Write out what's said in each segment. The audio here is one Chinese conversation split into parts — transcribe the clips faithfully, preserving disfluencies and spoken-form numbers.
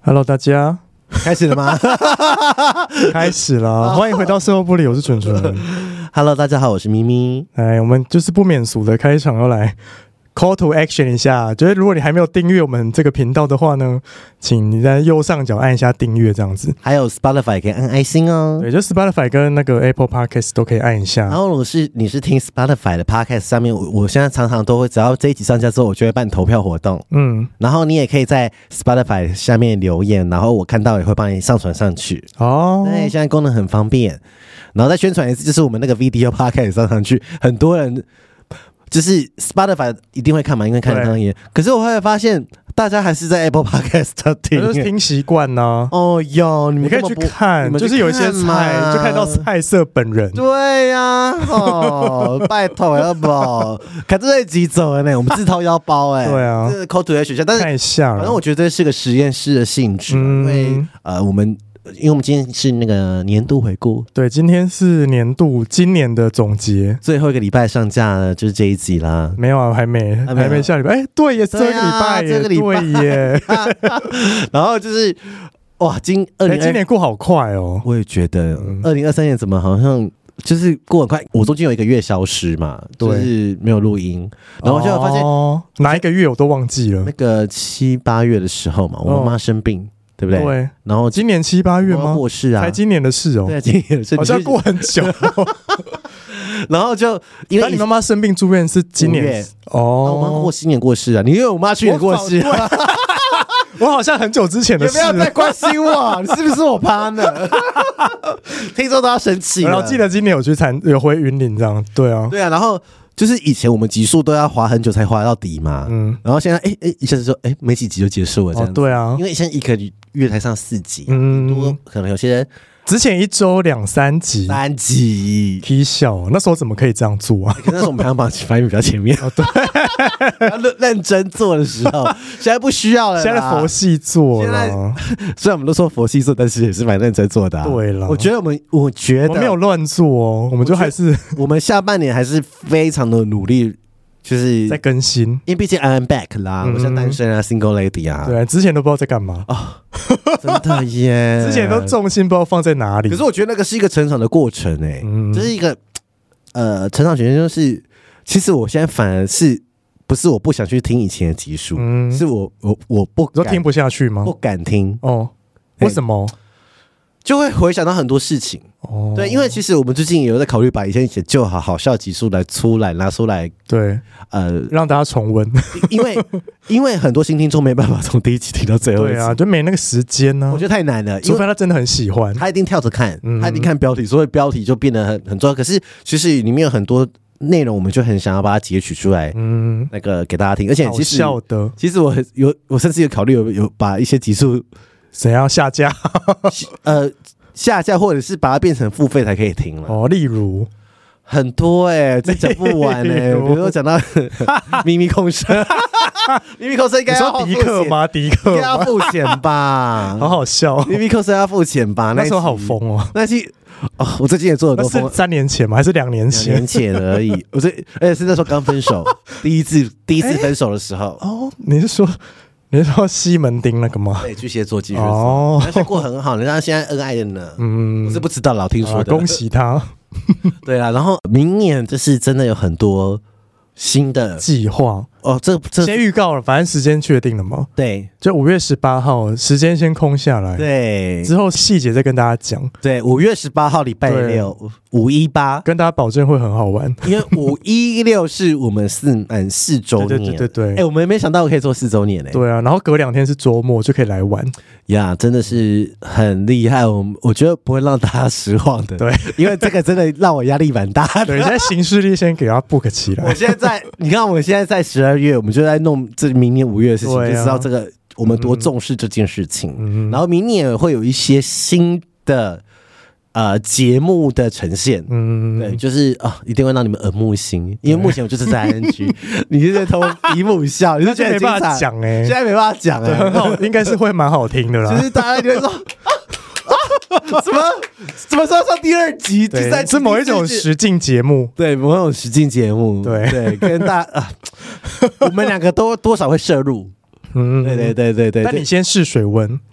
Hello， 大家开始了吗？ 开始了，欢迎回到售后不理，我是纯纯。 Hello， 大家好，我是咪咪。 哎，我们就是不免俗的开场要来 call to action 一下，就是如果你还没有订阅我们这个频道的话呢，请你在右上角按一下订阅，这样子。 还有 Spotify 可以按爱心哦。 对，就 Spotify 跟那个 Apple Podcast 都可以按一下。 然后如果是你是听 Spotify 的 Podcast 上面，我我现在常常都会，只要这一集上架之后，我就会办投票活动。嗯，然后你也可以在 Spotify 下面留言，然后我看到也会帮你上传上去。哦，对，现在功能很方便。然后再宣传一次，就是我们那个 Video Podcast 上上去，很多人就是 Spotify 一定会看嘛，因为看当然。可是我会发现，大家还是在 Apple Podcast 上听， 就是听习惯呢。 哦哟，你们可以去看，就是有一些菜就看到菜色本人。 对呀、啊，哦，拜托要不看这一集走了呢，我们自掏腰包哎、欸。 对啊， 这是 call to action 学校，但是太像了。 反正我觉得这是个实验室的性质，嗯、因为呃我们。因为我们今天是那个年度回顾， 对，今天是年度今年的总结， 最后一个礼拜上架了，就是这一集啦。 没有啊，还没，啊、还没下礼拜。哎，对耶，这个礼拜耶， 这个礼拜对耶。 然后就是哇，今二零、 欸、今年过好快哦， 我也觉得，二零二三年怎么好像就是过很快？我中间有一个月消失嘛，就是没有录音，然后就发现、 哦、哪一个月我都忘记了。 那个七八月的时候嘛，我妈妈生病。哦对不对？ 对， 然后今年七八月吗？ 过世啊， 才今年的事哦。 对，今年的事， 好像过很久、哦。 然后就因为你妈妈生病住院是今年哦，我妈过新年过世啊，你因为我妈去年过世、啊， 我好像很久之前的事， 你不要再关心我，你是不是我partner？听说都要生气了。 然后记得今年有去参有回云林这样，对啊， 对啊，然后。就是以前我们集数都要滑很久才滑到底嘛，嗯，然后现在哎哎一下子说哎没几集就结束了这样子、哦， 对啊， 因为现在一个月才上四集，嗯，多可能有些人之前一周两三集， 三集， 踢笑，那时候怎么可以这样做啊？ 可那时候我们排行榜排名比较前面，哦对，认认真做的时候，现在不需要了， 现在佛系做了。 现在虽然我们都说佛系做，但是也是蛮认真做的、啊。对了，我觉得我们，我觉得我没有乱做哦，我们就还是我们下半年还是非常的努力。就是在更新， 因为毕竟 I'm back 啦，嗯、我现在单身啊 ，single lady 啊， 对，之前都不知道在干嘛啊， 真的耶， 之前都重心不知道放在哪里。 可是我觉得那个是一个成长的过程哎、欸，嗯、这是一个呃成长学，就是其实我现在反而是不是我不想去听以前的集数，嗯、是我我我不都听不下去吗？ 不敢听哦，为什么？ 就会回想到很多事情哦，对，因为其实我们最近也有在考虑把以前以前旧好好笑集数来出来拿出来， 对，呃，让大家重温， 因为因为很多新听众没办法从第一集听到最后一集， 对啊，就没那个时间呢、啊， 我觉得太难了， 除非他真的很喜欢， 他一定跳着看，嗯、他一定看标题，所以标题就变得很很重要。可是其实里面有很多内容，我们就很想要把它截取出来，嗯，那个给大家听，而且其实好笑的， 其实我有我甚至有考虑有有把一些集数怎样下架， 呃。下架或者是把它变成付费才可以听了哦，例如很多哎、欸，这讲不完哎、欸，比如说讲到秘密控声，秘密控声应该要迪克吗？迪克应该要付钱吧？ 好好笑， 秘密控声要付钱吧？ 那时候好疯哦， 那期哦，我最近也做了多疯， 是三年前吗？还是两年前？ 两年前而已。我最而且是那时候刚分手，第一次第一次分手的时候。 哦，你是说？你是说西门町那个吗？ 对，巨蟹座，巨蟹座，哦，人家过很好，人家现在恩爱的呢。嗯，我是不知道，老听说的。 啊、恭喜他。 对啊，然后明年就是真的有很多新的计划哦。这这先预告了，反正时间确定了嘛。 对， 就五月十八号，时间先空下来。 对， 之后细节再跟大家讲。 对，五月十八号礼拜六，五一八， 跟大家保证会很好玩。 因为五一六是我们四满四周年， 对对对对。 哎、欸，我们没想到可以做四周年嘞、欸。 对啊，然后隔两天是周末就可以来玩。 呀，真的是很厉害，我我觉得不会让大家失望的。 对， 因为这个真的让我压力蛮大的。 对，现在行事历先给他 book 起来。 我现在在，你看我们现在在十二月，我们就在弄这明年五月的事情，啊、就知道这个我们多重视这件事情。嗯、然后明年也会有一些新的呃节目的呈现，嗯，对，就是啊、哦，一定会让你们耳目一新。因为目前我就是在 I N G， 你是在偷姨母笑，你是觉得没办法讲哎， 现在没办法讲哎， 很好，应该是会蛮好听的啦。 就是大家就会说。什么？什么时候上第二集？第三集是某一种实境节目， 对，某种实境节目， 对对，跟大啊，我们两个都多少会摄入，嗯，对对对对对。 但你先试水温，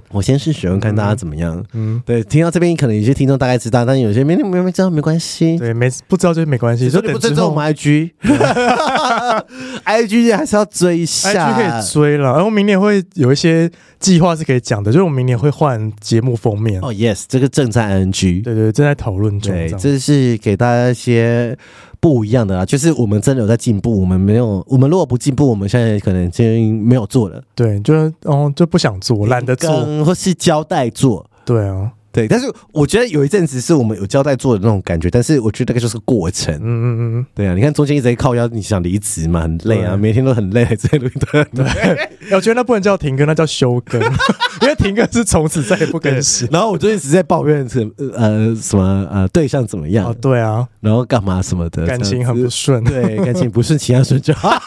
我先试水温看大家怎么样。嗯，对，听到这边可能有些听众大概知道，但有些没没没知道没关系。 对，没不知道就没关系。 所以你不尊重我们 I G，I G 还是要追一下 ，I G 可以追了。然后明年会有一些计划是可以讲的，就是我们明年会换节目封面。 哦、oh, ，yes， 这个正在 I N G， 对对，正在讨论中。 对，这是给大家一些不一样的啦，就是我们真的有在进步，我们没有，我们如果不进步，我们现在可能就没有做了。 对，就是哦，就不想做，懒得做， 或是交代做。 对啊。 对，但是我觉得有一阵子是我们有交代做的那种感觉，但是我觉得那个就是过程。嗯嗯嗯，对啊，你看中间一直在靠腰，你想离职嘛，很累啊，每天都很累，这录音都很累。 对，我觉得那不能叫停更，那叫休更，因为停更是从此再也不更新。 然后我就一直在抱怨什呃什么呃对象怎么样？ 哦，对啊， 然后干嘛什么的， 感情很不顺， 对，感情不顺，其他顺就好。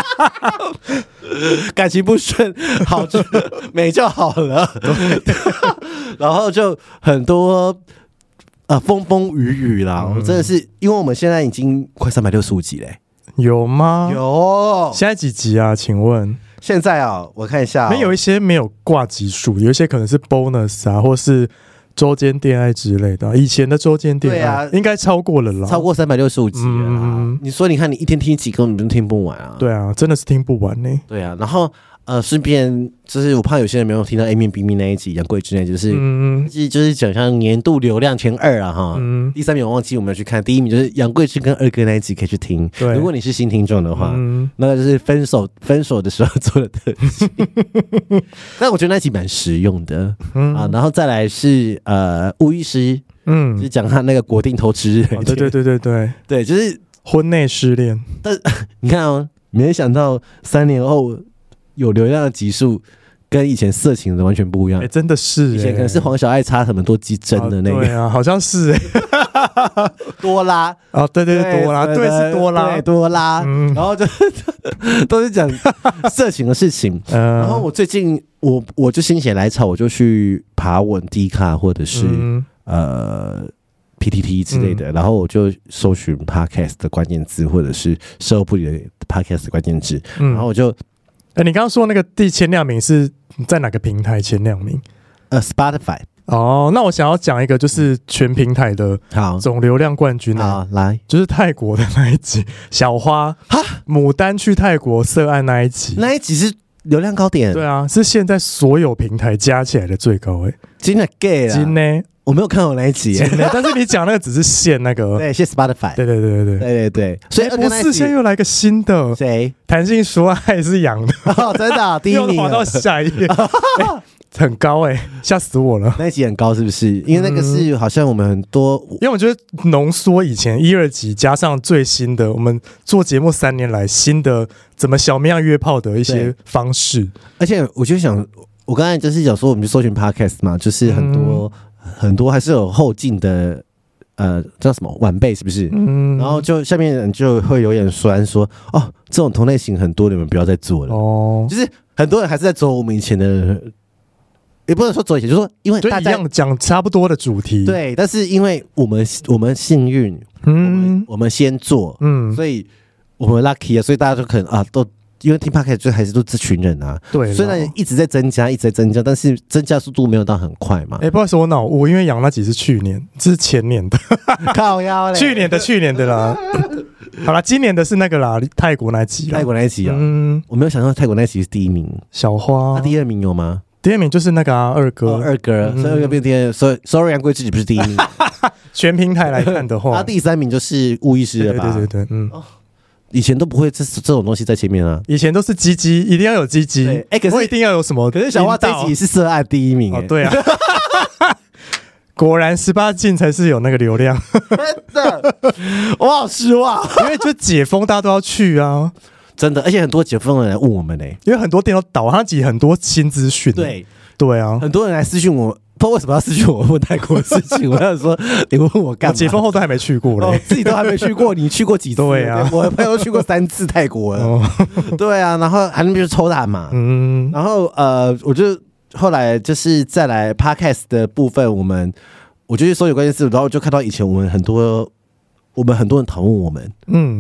感情不顺，好就没就好了。然后就很多呃风风雨雨啦，嗯、我真的是，因为我们现在已经快三百六十五集嘞， 有吗？ 有， 现在几集啊？请问现在啊，我看一下、哦， 没有一些没有挂集数，有一些可能是 bonus 啊，或是周间恋爱之类的。以前的周间恋爱，对啊，应该超过了啦， 超过三百六十五集了啦、嗯。你说，你看你一天听几根本就听不完啊？ 对啊，真的是听不完呢、欸。 对啊，然后。呃，顺便就是我怕有些人没有听到 A 面 B 面那一集杨贵之内，就是、嗯、就是讲像年度流量前二啊哈、嗯，第三名我忘记我们要去看，第一名就是杨贵之跟二哥那一集可以去听。如果你是新听众的话，嗯、那个就是分手分手的时候做的特辑，但我觉得那一集蛮实用的、嗯、啊。然后再来是呃吴医师，嗯，就是讲他那个国定偷吃、 哦，对对对对对对，就是婚内失恋。 但你看哦，没想到三年后。有流量的集数跟以前色情的完全不一样， 哎、欸，真的是、欸， 以前可能是黄小爱插很多鸡针的那个、 啊，对啊，好像是哎、 欸，多拉啊，对对对，多拉，对是多拉， 对多拉，嗯、然后就都是讲色情的事情。嗯、然后我最近我我就心血来潮，我就去爬文 D 卡或者是、嗯、呃 P T T 之类的、嗯，然后我就搜寻 Podcast 的关键字，或者是社会部里的 Podcast 的关键字、嗯，然后我就。 哎、欸，你刚刚说那个第前两名是在哪个平台前两名？ 呃 ，Spotify。 哦，那我想要讲一个就是全平台的总流量冠军、 啊、好，来， 就是泰国的那一集，小花哈，牡丹去泰国涉案那一集， 那一集是流量高点。 对啊，是现在所有平台加起来的最高、欸。哎， 真的 gay 啊， 真的。 我没有看过那一集， 但是你讲那个只是限那个， 对，限 Spotify， 对对对对对对对对，所以不是，现在又来个新的， 谁？ 谈性说爱是养的， 哦、真的、啊，第一名， 又滑到下一页，欸、很高哎、欸，吓死我了！ 那一集很高是不是？因为那个是好像我们很多， 嗯、因为我觉得浓缩以前一二集加上最新的，我们做节目三年来新的怎么小绵羊约炮的一些方式， 而且我就想，我刚才就是想说，我们就搜寻 Podcast 嘛，就是很多。嗯很多还是有后进的，呃，叫什么晚辈是不是？嗯，然后就下面人就会有点酸说，哦，这种同类型很多，你们不要再做了。哦，就是很多人还是在走我们以前的，也不能说走以前，就是说因为大家一样讲差不多的主题， 对，但是因为我们我们幸运，嗯，我们, 我们先做，嗯，所以我们 lucky 啊，所以大家就可能啊都。因为听 podcast 就还是都这群人啊， 对， 虽然一直在增加，一直在增加，但是增加速度没有到很快嘛。 哎、欸，不好意思，我脑误，因为养那集是去年，这是前年的， 靠腰嘞， 去年的去年的啦。好啦，今年的是那个啦，泰国那集啦， 泰国那集啊，嗯，我没有想到泰国那集是第一名， 小花， 那第二名有吗？ 第二名就是那个啊，二哥， 哦、二哥，所以二哥变第二，所以 sorry 杨贵自己不是第一名。 全平台来看的话， 他第三名就是巫医师了吧？ 对对对对，嗯。哦， 以前都不会这这种东西在前面啊， 以前都是鸡鸡，一定要有鸡鸡，哎、 欸，可是不一定要有什么。 可是小花这一集是涉案第一名、欸， 哦，对啊，果然十八禁才是有那个流量， 真的，我好失望， 因为就解封大家都要去啊， 真的，而且很多解封的人来问我们呢、欸， 因为很多店都倒，他挤很多新资讯， 对对啊， 很多人来私讯我。不知道为什么要私讯我问泰国的事情？我想说，你问我干嘛？ 我解封后都还没去过嘞、 哦，自己都还没去过，你去过几次？ 对啊， 我的朋友去过三次泰国了。哦、对啊，然后还能就是抽蛋嘛，嗯，然后呃，我就后来就是再来 podcast 的部分，我们我就去搜有关键词，然后就看到以前我们很多我们很多人讨论我们，嗯。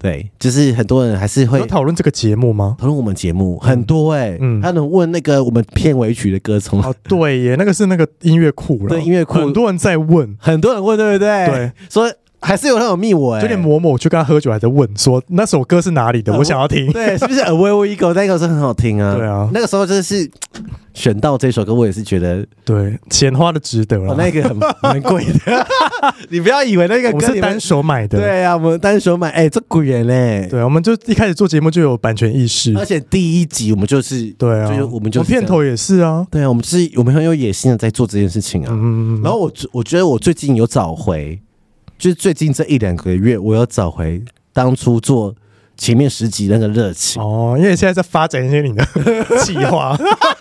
对，就是很多人还是会有讨论这个节目吗？ 讨论我们节目、嗯、很多哎、欸，嗯，他能问那个我们片尾曲的歌从哦，对耶，那个是那个音乐库了， 对，音乐库很多人在问， 很多人问，对不对？对，说还是有那种密我哎、欸， 就连某某去跟他喝酒还在问说那首歌是哪里的，呃、我想要听， 对，是不是 Away We Go 那个是很好听啊？ 对啊， 那个时候真的是选到这首歌，我也是觉得对，钱花的值得了、 哦，那个很蛮贵的，你不要以为那个歌我们是单手买的， 对啊，我们单手买，哎、欸，这贵人嘞， 对，我们就一开始做节目就有版权意识， 而且第一集我们就是对啊， 就我们就是片头也是啊， 对啊，我们就是我们很有野心的在做这件事情啊，嗯，然后我我觉得我最近有找回。就是最近这一两个月，我有找回当初做前面十集那个热情哦，因为现在在发展一些你的计划，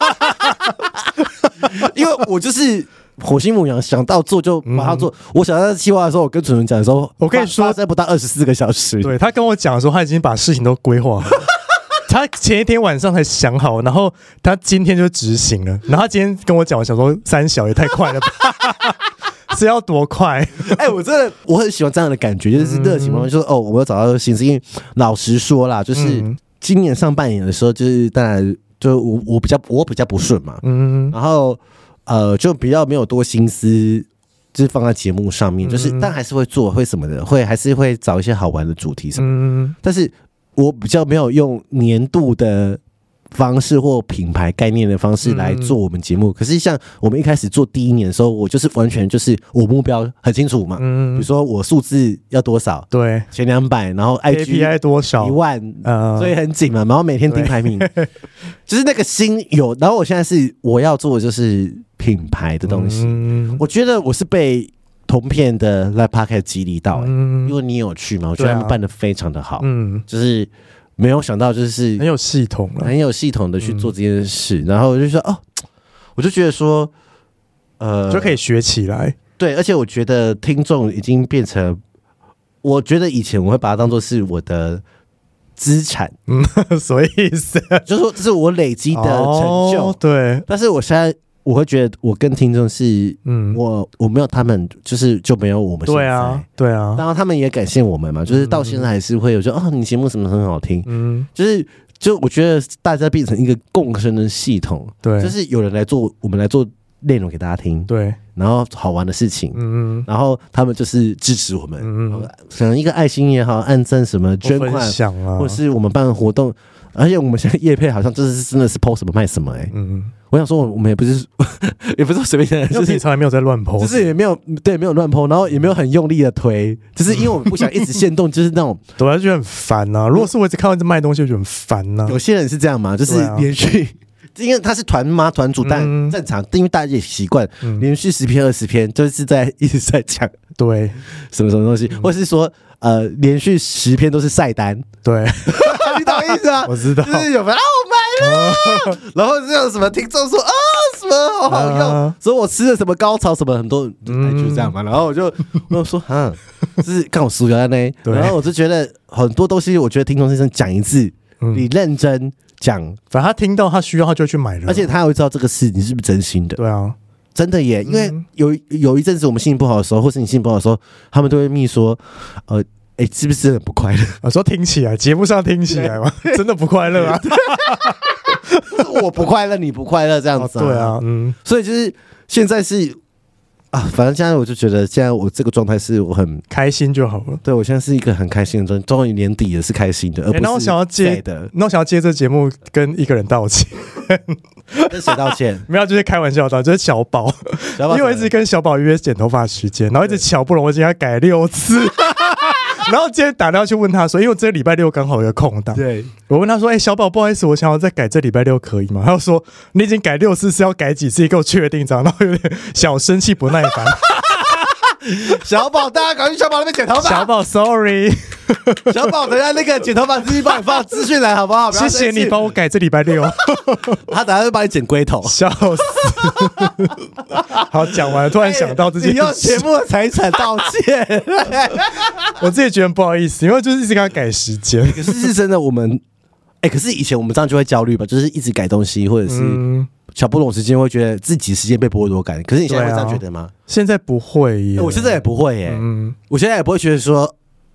因为我就是火星牡羊，想到做就马上做。嗯、我想到计划的时候，我跟楚文讲的时候， 我跟你说， 发生不到二十四个小时。 对，他跟我讲的时候，他已经把事情都规划好了。他前一天晚上才想好，然后他今天就执行了。然后他今天跟我讲，我想说三小也太快了吧。是要多快？ 哎、欸，我真的我很喜欢这样的感觉，就是热情嘛，就是哦，我要找到心思。因为老实说啦，就是今年上半年的时候，就是当然就我我比较我比较不顺嘛，嗯，然后呃就比较没有多心思，就是放在节目上面，就是但还是会做，会什么的，会还是会找一些好玩的主题什么的，嗯，但是我比较没有用年度的方式或品牌概念的方式来做我们节目、嗯、可是像我们一开始做第一年的时候，我就是完全就是我目标很清楚嘛，嗯，比如说我数字要多少，对，前两百，然后 I G K P I 多少一万、呃，所以很紧嘛，然后每天盯排名，就是那个心有，然后我现在是我要做的就是品牌的东西，嗯、我觉得我是被同片的 Live Podcast 激励到、欸嗯，因为你有去嘛，我觉得他们办得非常的好，嗯，就是没有想到就是很有系统了， 很有系统的去做这件事，嗯、然后我就说哦，我就觉得说，呃， 就可以学起来， 对，而且我觉得听众已经变成，我觉得以前我会把它当作是我的资产， 嗯，什么意思？ 就是说这是我累积的成就， 哦、对， 但是我现在。我会觉得我跟听众是，嗯，我我没有他们，就是就没有我们现在， 对啊，对啊， 然后他们也感谢我们嘛，就是到现在还是会有说，哦，你节目什么很好听，嗯，就是就我觉得大家变成一个共生的系统，对，就是有人来做，我们来做内容给大家听，对，然后好玩的事情，嗯，然后他们就是支持我们，嗯，可能一个爱心也好，按赞什么捐款，啊，或者是我们办活动，而且我们现在业配好像就是真的是 po 什么卖什么，哎，欸，嗯。我想说，我们也不是，也不是随便讲， 就是从来没有在乱 po， 就是也没有对，没有乱 po， 然后也没有很用力的推，就是因为我们不想一直限动，就是那种， 对啊，就觉得很烦呐。如果是我一直看到一直卖东西，就很烦呐。 有些人是这样嘛，就是连续，因为他是团妈团主，但正常，因为大家也习惯连续十篇二十篇，就是在一直在讲对什么什么东西，或是说呃连续十篇都是晒单，对。你懂意思吗？ 我知道， 就是有人啊，我买了，然后这样什么听众说啊，什么好好用，说我吃了什么高潮什么，很多人就这样嘛。然后我就我就说啊，就是刚好输了呢。然后我就觉得很多东西，我觉得听众先生讲一次，你认真讲， 反正他听到他需要，他就去买了， 而且他会知道这个事你是不是真心的。 对啊， 真的耶，因为有有一阵子我们心情不好的时候，或是你心情不好的时候，他们都会密说，呃。哎、欸，是不是很不快乐？ 我说听起来，节目上听起来吗？真的不快乐啊！ 我不快乐，你不快乐，这样子、啊哦。对啊，嗯，所以就是现在是啊，反正现在我就觉得，现在我这个状态是我很开心就好了。 对，我现在是一个很开心的状态，终于年底也是开心的，而不是、欸、 那我想要接的，那我想要接这节目跟一个人道歉。 跟谁道歉？ 没有，就是开玩笑的，就是小宝。小宝因为我一直跟小宝约剪头发时间，然后一直巧不容易，我今天改六次。然后今天打电话去问他说，因为我这个礼拜六刚好有个空档，对，我问他说，哎、欸，小宝，不好意思，我想要再改这礼拜六可以吗？他就说，你已经改六次，是要改几次？给我确定这样，然后有点小生气不耐烦。 小宝，大家赶紧去小宝那边剪头发。 小宝 ，sorry， 小宝，等一下那个剪头发自己帮你放资讯栏好不好？ 谢谢你帮我改这礼拜六。 他等下就帮你剪龟头， 笑死。好，讲完了，突然想到这件事， 你要节目的财产道歉。 我自己觉得不好意思，因为就是一直跟他改时间。 可是是真的，我们哎、欸，可是以前我们这样就会焦虑吧，就是一直改东西，或者是。嗯小不懂时间会觉得自己时间被剥夺感，可是你现在会这样觉得吗？ 啊、现在不会耶、 欸，我现在也不会耶、欸嗯，我现在也不会觉得说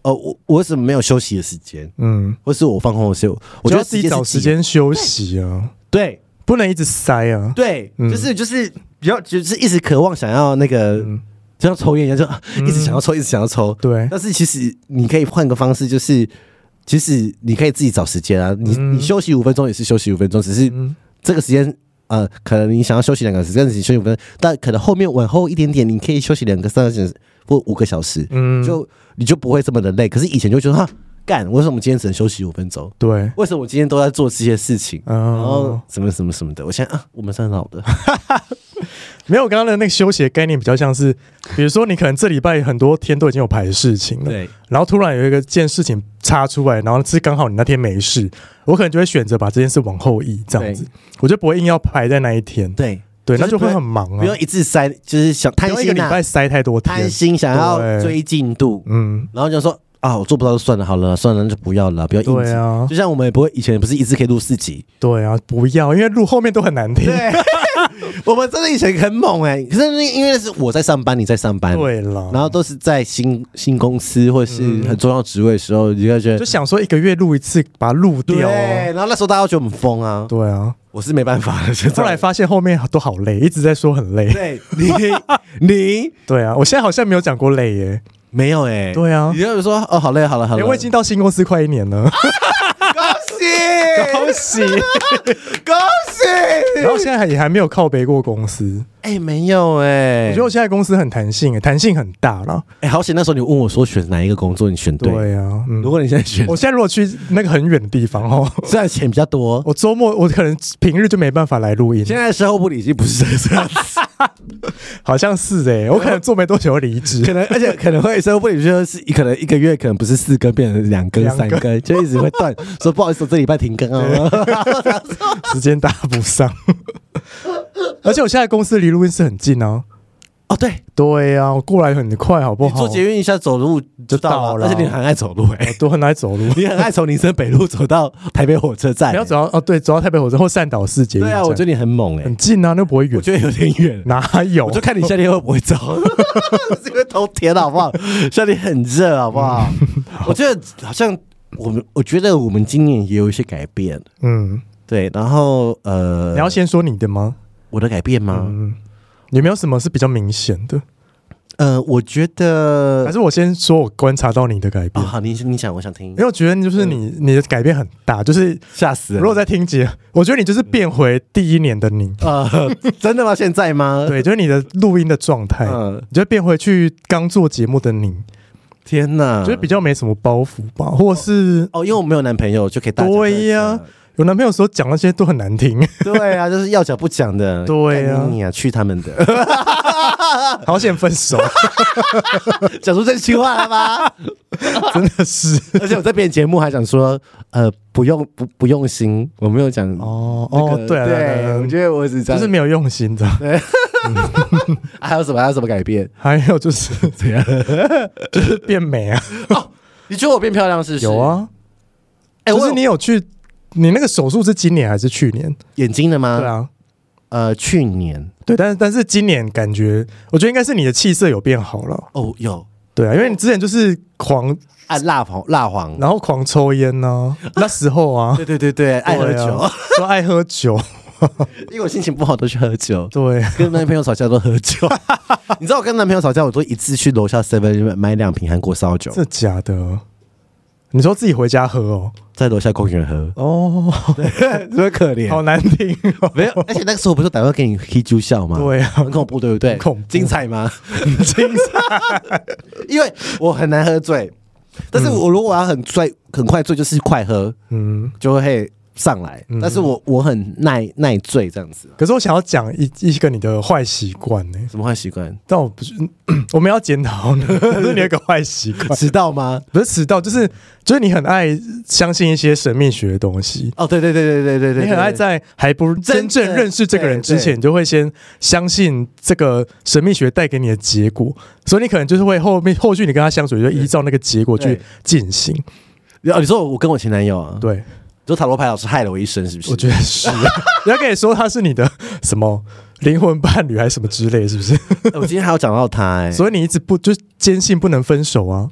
哦，我我为什么没有休息的时间？嗯，或是我放空的时候，我觉得自己找时间休息啊。 对， 不能一直塞啊。 对，嗯、就是就是比较就是一直渴望想要那个。嗯就像抽烟一样，就一直想要抽，嗯、一直想要抽。 对， 但是其实你可以换个方式，就是其实你可以自己找时间啊。你、嗯、你休息五分钟也是休息五分钟，只是这个时间呃，可能你想要休息两个小时，但是你休息五分钟，但可能后面往后一点点，你可以休息两个、三个小时或五个小时，嗯，就你就不会这么的累。可是以前就觉得哈。干，为什么今天只能休息五分钟？ 对， 为什么我今天都在做这些事情？哦、然后什么什么什么的，我现在啊，我们算老的。 没有，刚刚的那个休息的概念比较像是，比如说你可能这礼拜很多天都已经有排事情了，对，然后突然有一个件事情插出来，然后是刚好你那天没事，我可能就会选择把这件事往后移，这样子，我就不会硬要排在那一天。 对。 对，那就会很忙啊！ 不用一次塞，就是想贪心、啊， 一个礼拜塞太多天， 贪心想要追进度，嗯，然后就说。啊，我做不到就算了，好了，算了，那就不要了，不要硬挤。对啊，就像我们也不会以前不是一次可以录四集？ 对啊，不要，因为录后面都很难听。 对，我们真的以前很猛哎、欸，可是因为是我在上班，你在上班， 对了， 然后都是在新新公司或是很重要职位的时候，你就觉得就想说一个月录一次，把它录掉、啊。 对，然后那时候大家都觉得我们疯啊。 对啊， 我是没办法的。 后来发现后面都好累，一直在说很累。 对你，你， 对啊，我现在好像没有讲过累耶、欸。 没有哎、欸， 对啊， 你就说哦，好累，好了，好了， 欸、我已经到新公司快一年了， 恭喜， 恭喜， 恭喜！ 然后现在也还没有靠北过公司， 哎、欸，没有哎、欸， 我觉得我现在公司很弹性、欸，弹性很大了。 哎、欸，好险那时候你问我说选哪一个工作，你选对， 对啊、嗯， 如果你现在选， 我现在如果去那个很远的地方哦， 虽然钱比较多， 我周末我可能平日就没办法来录音。 现在售后部已经不是这样子。 好像是哎、欸，我可能做没多久离职， 可能而且可能会生不，你就是可能一个月可能不是四更变成两更三更，就一直会断，说不好意思，我这礼拜停更哦， 时间搭不上。而且我现在公司离录音室很近啊。 哦，对对啊，我过来很快，好不好？ 你坐捷运一下走路就到了，而且你很爱走路哎、欸， 都很爱走路。 你很爱从林森北路走到台北火车站、欸， 你要走到哦，对，走到台北火车或善导寺捷运站。 对啊，我觉得你很猛哎、欸， 很近啊，那不会远。 我觉得有点远， 哪有？ 我就看你夏天会不会走，是因为头甜好不好？夏天很热好不好？嗯、好我觉得好像我们，我觉得我们今年也有一些改变。嗯，对，然后呃， 你要先说你的吗？ 我的改变吗？ 嗯。有没有什么是比较明显的？ 呃，我觉得还是我先说我观察到你的改变。 哦、好，你你讲，我想听。 因为我觉得就是你、嗯、你的改变很大，就是吓死人。 如果在听节，我觉得你就是变回第一年的你。 呃，真的吗？现在吗？ 对，就是你的录音的状态，嗯、你就变回去刚做节目的你。 天哪， 就是比较没什么包袱吧，或者是哦，因为我没有男朋友，就可以大讲。 对呀、啊。有男朋友的时候讲那些都很难听， 对啊，就是要讲不讲的， 对啊， 你啊，去他们的， 好险分手， 讲出真心话了吗？ 真的是， 而且我在别人节目还讲说，呃，不用不不用心，我没有讲哦、那個、哦，对啊，对, 對， 我觉得我只就是没有用心的，对。 还有什么？还有什么改变？ 还有就是怎样？就是变美啊！ 哦，你觉得我变漂亮是不是？ 有啊，哎、欸，就是你有去。你那个手术是今年还是去年？ 眼睛的吗？ 对啊， 呃，去年。 对，但是但是今年感觉，我觉得应该是你的气色有变好了。 哦，有。 对啊，因为你之前就是狂爱蜡黄，蜡黄， 然后狂抽烟呢、啊。那时候啊， 对对对对，爱喝酒， 都爱喝酒。 因为我心情不好都去喝酒， 对， 跟男朋友吵架都喝酒。你知道我跟男朋友吵架，我都一次去楼下 seven 买两瓶韩国烧酒。 这假的？你说自己回家喝哦， 在楼下公园喝哦，对，多可怜， 好难听哦。 没有，而且那个时候我不是打电话给你 K 住笑吗？ 对啊， 很恐怖，对不对？ 恐怖， 精彩吗？ 精彩， 因为我很难喝醉，但是我如果我要很醉、很快醉，就是快喝，嗯，就会上来。嗯、但是我我很耐耐醉这样子。 可是我想要讲一一个你的坏习惯呢？ 什么坏习惯？ 但我不是，我们要检讨呢。可是你有个坏习惯， 迟到吗？ 不是迟到，就是就是你很爱相信一些神秘学的东西。 哦，对对对对对对对， 你很爱在还不真正认识这个人之前，你就会先相信这个神秘学带给你的结果，所以你可能就是会后面后续你跟他相处，就依照那个结果去进行。 哦，你说我跟我前男友啊？ 对。 就塔罗牌老师害了我一生，是不是？ 我觉得是，你要跟你说他是你的什么灵魂伴侣还是什么之类，是不是？ 我今天还要讲到他、欸， 所以你一直不就坚信不能分手啊？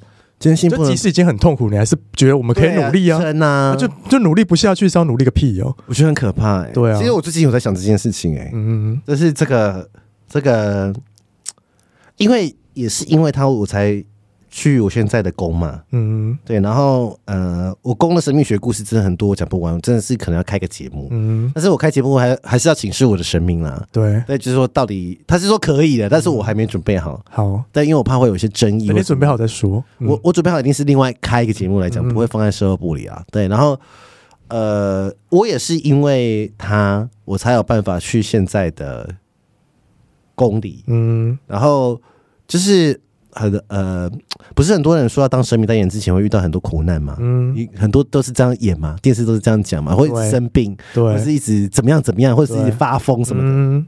坚信不能， 就即使已经很痛苦，你还是觉得我们可以努力啊， 真啊， 就就努力不下去是要努力个屁哦， 我觉得很可怕、欸。 对啊， 其实我最近有在想这件事情、欸，哎，嗯，就是这个这个，因为也是因为他我才去我现在的宫嘛，嗯，对，然后呃，我宫的神秘学故事真的很多，我讲不完，真的是可能要开个节目，嗯，但是我开节目还还是要请示我的神明啦， 对， 对，就是说到底他是说可以的，但是我还没准备好， 好， 但因为我怕会有一些争议， 等你准备好再说， 嗯、我我准备好一定是另外开一个节目来讲，嗯、不会放在社会部里啊，对，然后呃，我也是因为他，我才有办法去现在的宫里，嗯，然后就是很呃。不是很多人说要当神明代言之前会遇到很多苦难嘛？嗯，很多都是这样演嘛，电视都是这样讲嘛，会一直生病，对，或是一直怎么样怎么样，或者是一直发疯什么的。嗯，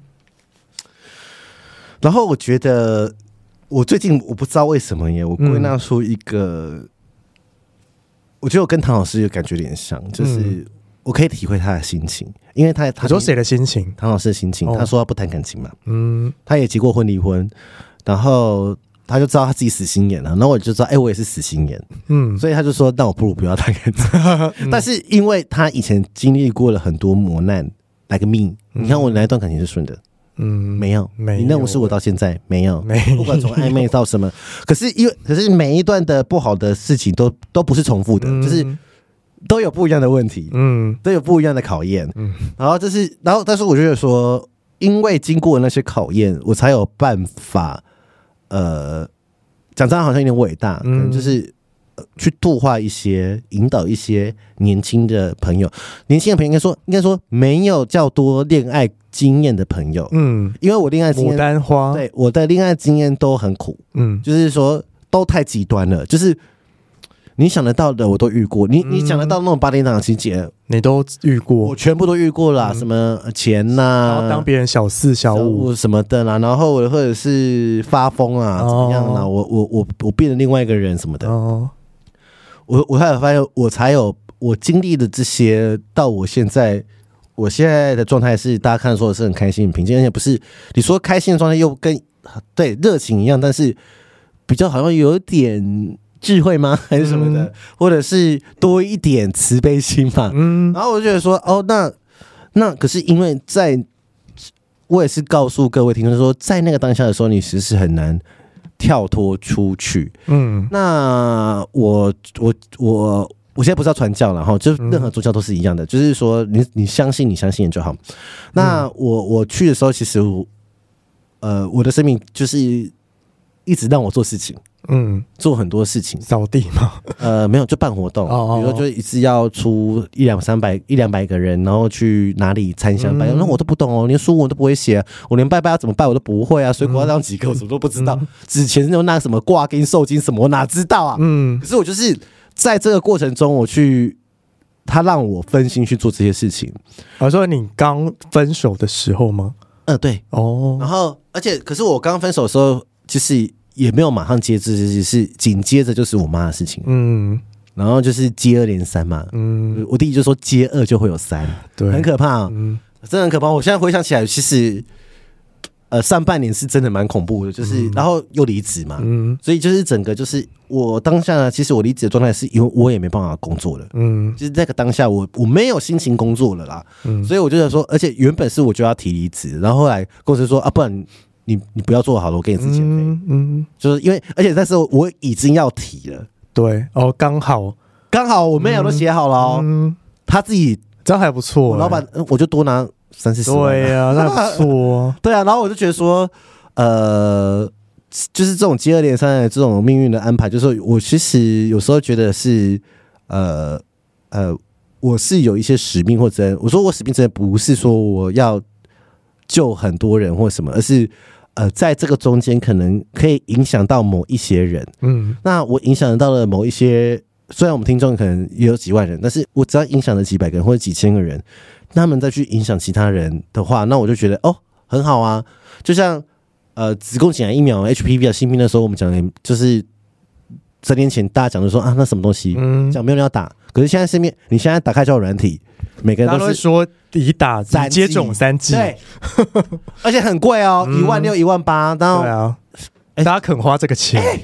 然后我觉得，我最近我不知道为什么耶，我归纳出一个，嗯、我觉得我跟唐老师有感觉有点像，就是我可以体会他的心情，因为他他说谁的心情？ 唐老师的心情，哦、他说他不谈感情嘛，嗯，他也结过婚离婚，然后。他就知道他自己死心眼了，然后我就知道，哎、欸，我也是死心眼，嗯，所以他就说，那我不如不要谈感情。嗯、但是因为他以前经历过了很多磨难，来个命，嗯、你看我哪一段感情是顺的？嗯，没有，没有。你认为是我到现在没有，没有，不管从暧昧到什么，可是因为可是每一段的不好的事情都都不是重复的，嗯、就是都有不一样的问题，嗯，都有不一样的考验，嗯，然后这是，然后但是我觉得说，因为经过那些考验，我才有办法。呃，讲这样好像有点伟大，可能就是、呃、去度化一些、引导一些年轻的朋友。年轻的朋友应该说，应该说没有较多恋爱经验的朋友，嗯，因为我恋爱经验， 牡丹花， 对我的恋爱经验都很苦，嗯，就是说都太极端了，就是你想得到的我都遇过，你你想得到那种八点档情节， 你都遇过， 我全部都遇过啦，嗯、什么钱呐、啊， 然后当别人小四小五什么的啦，然后或者是发疯啊，怎么样啦，哦、我我我我变成另外一个人什么的，哦、我我还有发现，我才有我经历的这些，到我现在，我现在的状态是大家看的时候是很开心、很平静，而且不是你说开心的状态又跟对热情一样，但是比较好像有点。智慧吗？还是什么的，嗯、或者是多一点慈悲心嘛？嗯，然后我就觉得说，哦，那那可是因为在，我也是告诉各位听众说，在那个当下的时候，你其实是很难跳脱出去。嗯，那我我我我现在不是要传教了哈，就任何宗教都是一样的，嗯、就是说你你相信你相信就好。那我我去的时候，其实我呃我的生命就是一直让我做事情。嗯，做很多事情， 扫地吗？ 呃，没有，就办活动，哦哦比如说就一次要出一两三百一两百个人，然后去哪里参香拜，那、嗯、我都不懂哦，连书我都不会写、啊，我连拜拜要怎么拜我都不会啊，水果要让几个我什么都不知道，纸钱就那什么挂金受金什么我哪知道啊？嗯，可是我就是在这个过程中，我去他让我分心去做这些事情。 我、啊、说你刚分手的时候吗？ 嗯、呃，对，哦，然后而且可是我刚分手的时候，其实。也没有马上接着，是紧接着就是我妈的事情，嗯，然后就是接二连三嘛，嗯，我弟弟就说接二就会有三，对，很可怕、哦，嗯，真的很可怕。我现在回想起来，其实，呃，上半年是真的蛮恐怖的，就是、嗯、然后又离职嘛，嗯，所以就是整个就是我当下呢，其实我离职的状态是因为我也没办法工作了，嗯，就是那个当下我我没有心情工作了啦，嗯，所以我就想说，而且原本是我就要提离职，然后后来公司说啊，不然。你你不要做好了，我给你之前费，嗯，嗯就是因为而且那时候我已经要提了， 对哦，刚好刚好我妹都写好了哦，嗯、他自己这样还不错、欸， 我老板我就多拿三四十万， 对呀、啊，那还不错、啊， 对啊，然后我就觉得说，呃，就是这种接二连三的这种命运的安排，就是我其实有时候觉得是，呃呃，我是有一些使命或者我说我使命真的不是说我要救很多人或什么，而是。呃，在这个中间可能可以影响到某一些人，嗯，那我影响到了某一些，虽然我们听众可能也有几万人，但是我只要影响了几百个人或者几千个人，他们再去影响其他人的话，那我就觉得哦，很好啊。就像呃，子宫颈癌疫苗 H P V 的新兵的时候，我们讲的就是三年前大家讲的说啊，那什么东西，嗯，讲没有人要打，可是现在身边，你现在打开交友软体。每个人都是都会说已打已接种三剂， 对，而且很贵哦，一万六、一万八，然后对啊，欸、大家肯花这个钱，欸、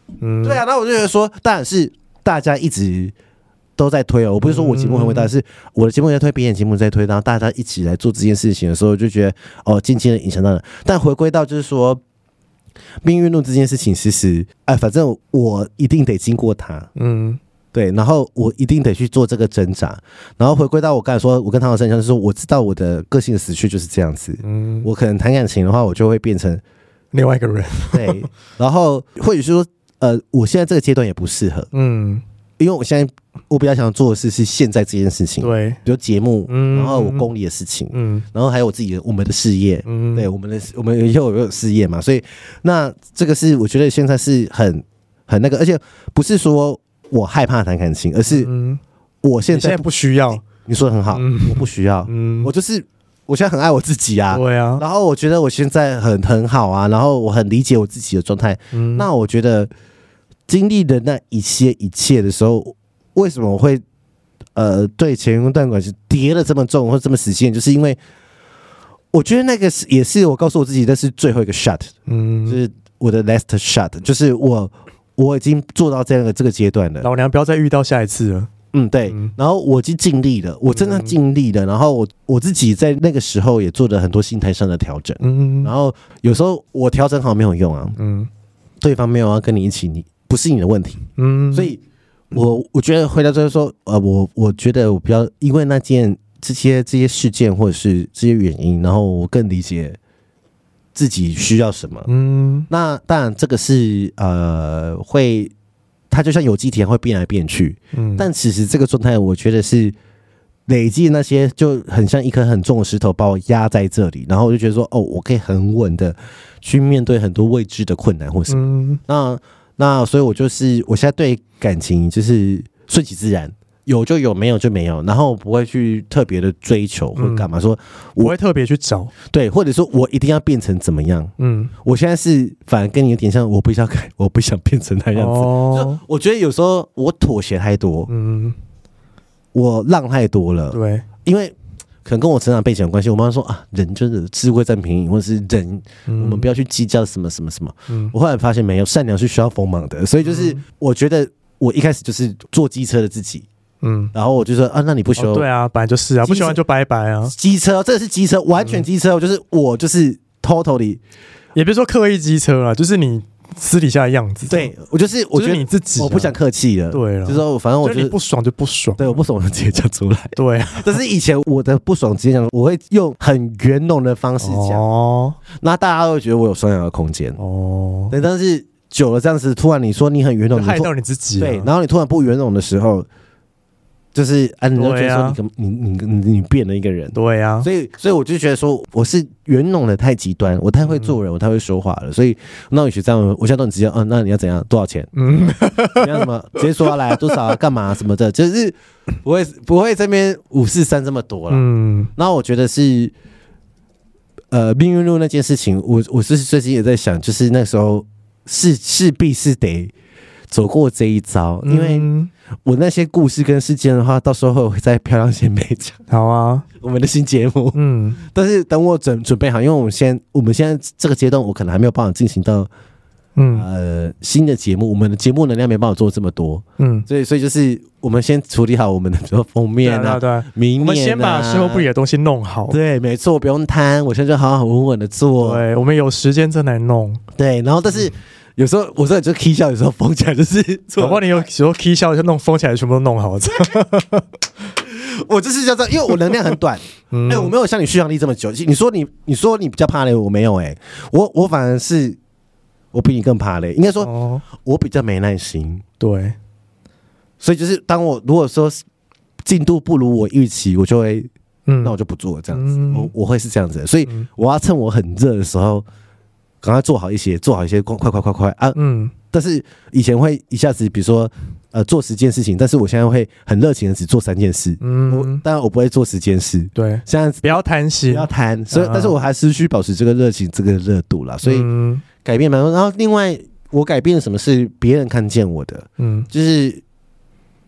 嗯，对啊，那我就觉得说，当然是大家一直都在推哦，我不是说我节目很伟大，是我的节目在推，别人节目在推，然后大家一起来做这件事情的时候，我就觉得哦，渐渐的影响到了。但回归到就是说，命运论这件事情，其实哎，反正我一定得经过它，嗯。对，然后我一定得去做这个挣扎，然后回归到我刚才说，我跟唐老师讲，就是说我知道我的个性的死去就是这样子，嗯，我可能谈感情的话，我就会变成另外一个人， 对，然后或者说，呃，我现在这个阶段也不适合，嗯，因为我现在我比较想做的事是现在这件事情， 对， 比如节目，嗯，然后我公里的事情，嗯，然后还有我自己的我们的事业，嗯，对，我们的我们以后有事业嘛，所以那这个是我觉得现在是很很那个，而且不是说我害怕谈感情，而是我现在 不,、嗯、 现在不需要。 你说的很好，嗯、我不需要、嗯，我就是我现在很爱我自己啊， 对啊。 然后我觉得我现在很很好啊，然后我很理解我自己的状态、嗯。那我觉得经历的那一切一切的时候，为什么我会呃对前一段关系跌了这么重或这么死心，就是因为我觉得那个也是我告诉我自己，那是最后一个 shot， 嗯，就是我的 last shot， 就是我。我已经做到这样的这个阶段了， 老娘不要再遇到下一次了。 嗯，对。嗯、然后我已经尽力了，我真的尽力了。嗯、然后我我自己在那个时候也做了很多心态上的调整。嗯，然后有时候我调整好没有用啊。嗯，对方没有要跟你一起，你不是你的问题。嗯，所以我我觉得回到最后说，呃，我我觉得我比较因为那件这些这些事件或者是这些原因，然后我更理解自己需要什么？嗯，那当然这个是呃会，它就像有机体会变来变去，嗯，但其实这个状态我觉得是累积那些就很像一颗很重的石头把我压在这里，然后我就觉得说哦，我可以很稳的去面对很多未知的困难或什么，嗯，那那所以我就是我现在对感情就是顺其自然。有就有，没有就没有，然后不会去特别的追求或干嘛，嗯、说我不会特别去找， 对，或者说我一定要变成怎么样？嗯，我现在是反而跟你有点像，我不想改，我不想变成那样子。哦，就我觉得有时候我妥协太多，嗯，我让太多了， 对， 因为可能跟我成长背景有关系。我妈说啊，人就是吃亏占便宜，或者是人、嗯，我们不要去计较什么什么什么。嗯，我后来发现没有，善良是需要锋芒的，所以就是我觉得我一开始就是坐机车的自己。嗯，然后我就说啊，那你不修、 哦？对啊，本来就是啊，不喜欢就拜拜啊。 机车，这个是机车，完全机车，嗯、就是我就是 totally， 也别说刻意机车啦，就是你私底下的样子。 对，我就是我觉得、 就是、你自己、啊， 我不想客气了。 对了， 就是说反正我、就是、 就是你不爽就不爽， 对，我不爽我就直接讲出来。 对、啊， 但是以前我的不爽直接讲，我会用很圆融的方式讲，哦，那大家都会觉得我有双阳的空间哦。对，但是久了这样子，突然你说你很圆融， 害到你自己、啊。 对，然后你突然不圆融的时候。就是啊，你就觉得说你你你你你变了一个人， 对啊， 所以所以我就觉得说我是圆融的太极端，我太会做人，嗯、我太会说话了，所以那我学这样，我现在都很直接，嗯、啊，那你要怎样，多少钱？嗯，你要什么直接说啊来多少啊，干嘛、啊、什么的，就是不会不会这边五四三这么多了。嗯，然后我觉得是呃命运论那件事情，我我是最近也在想，就是那时候是势必是得走过这一招，因为。嗯我那些故事跟事件的话，到时候会在漂亮先辈讲。 好啊， 我们的新节目。嗯，但是等我准准备好，因为我们现我们现在这个阶段，我可能还没有办法进行到嗯呃新的节目，我们的节目能量没办法做这么多。嗯，所以所以就是我们先处理好我们的比如说封面啊， 对、啊对啊、 明面啊， 我们先把事后不理的东西弄好。 对，没错，不用贪，我现在就好好稳稳的做。 对，我们有时间再来弄。 对，然后但是。嗯有时候我说你就 key 笑，有时候封起来就是， 搞不好你有时候 key 笑就弄封起来，全部都弄好。 我就是叫这样，因为我能量很短，哎、嗯欸，我没有像你续航力这么久。你说你，你说你比较怕累，我没有哎、欸，我我反而是我比你更怕累，应该说、哦、我比较没耐心。 对， 所以就是当我如果说进度不如我预期，我就会，嗯，那我就不做这样子，嗯、我我会是这样子的，所以我要趁我很热的时候。赶快做好一些，做好一些，快快快快啊！嗯，但是以前会一下子，比如说呃做十件事情，但是我现在会很热情的只做三件事。嗯，当然我不会做十件事。 对， 现在不要贪心， 不要贪。所以，但是我还是需保持这个热情，这个热度啦。所以、嗯、改变蛮多。然后另外，我改变什么是别人看见我的？嗯，就是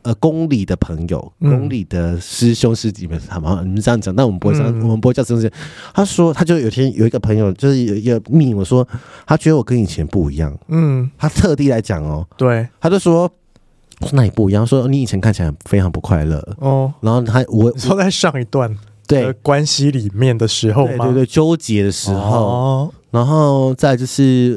呃公理的朋友，公理的师兄师弟们，他们你们这样讲，但我们不会这样，嗯、我们不会叫这种事。他说，他就有天有一个朋友，就是有一个密我说，他觉得我跟以前不一样。嗯，他特地来讲哦， 对， 他就说。说哪里不一样？说你以前看起来非常不快乐哦，然后他我说在上一段对关系里面的时候吗？ 对对对，纠结的时候，哦、然后再就是，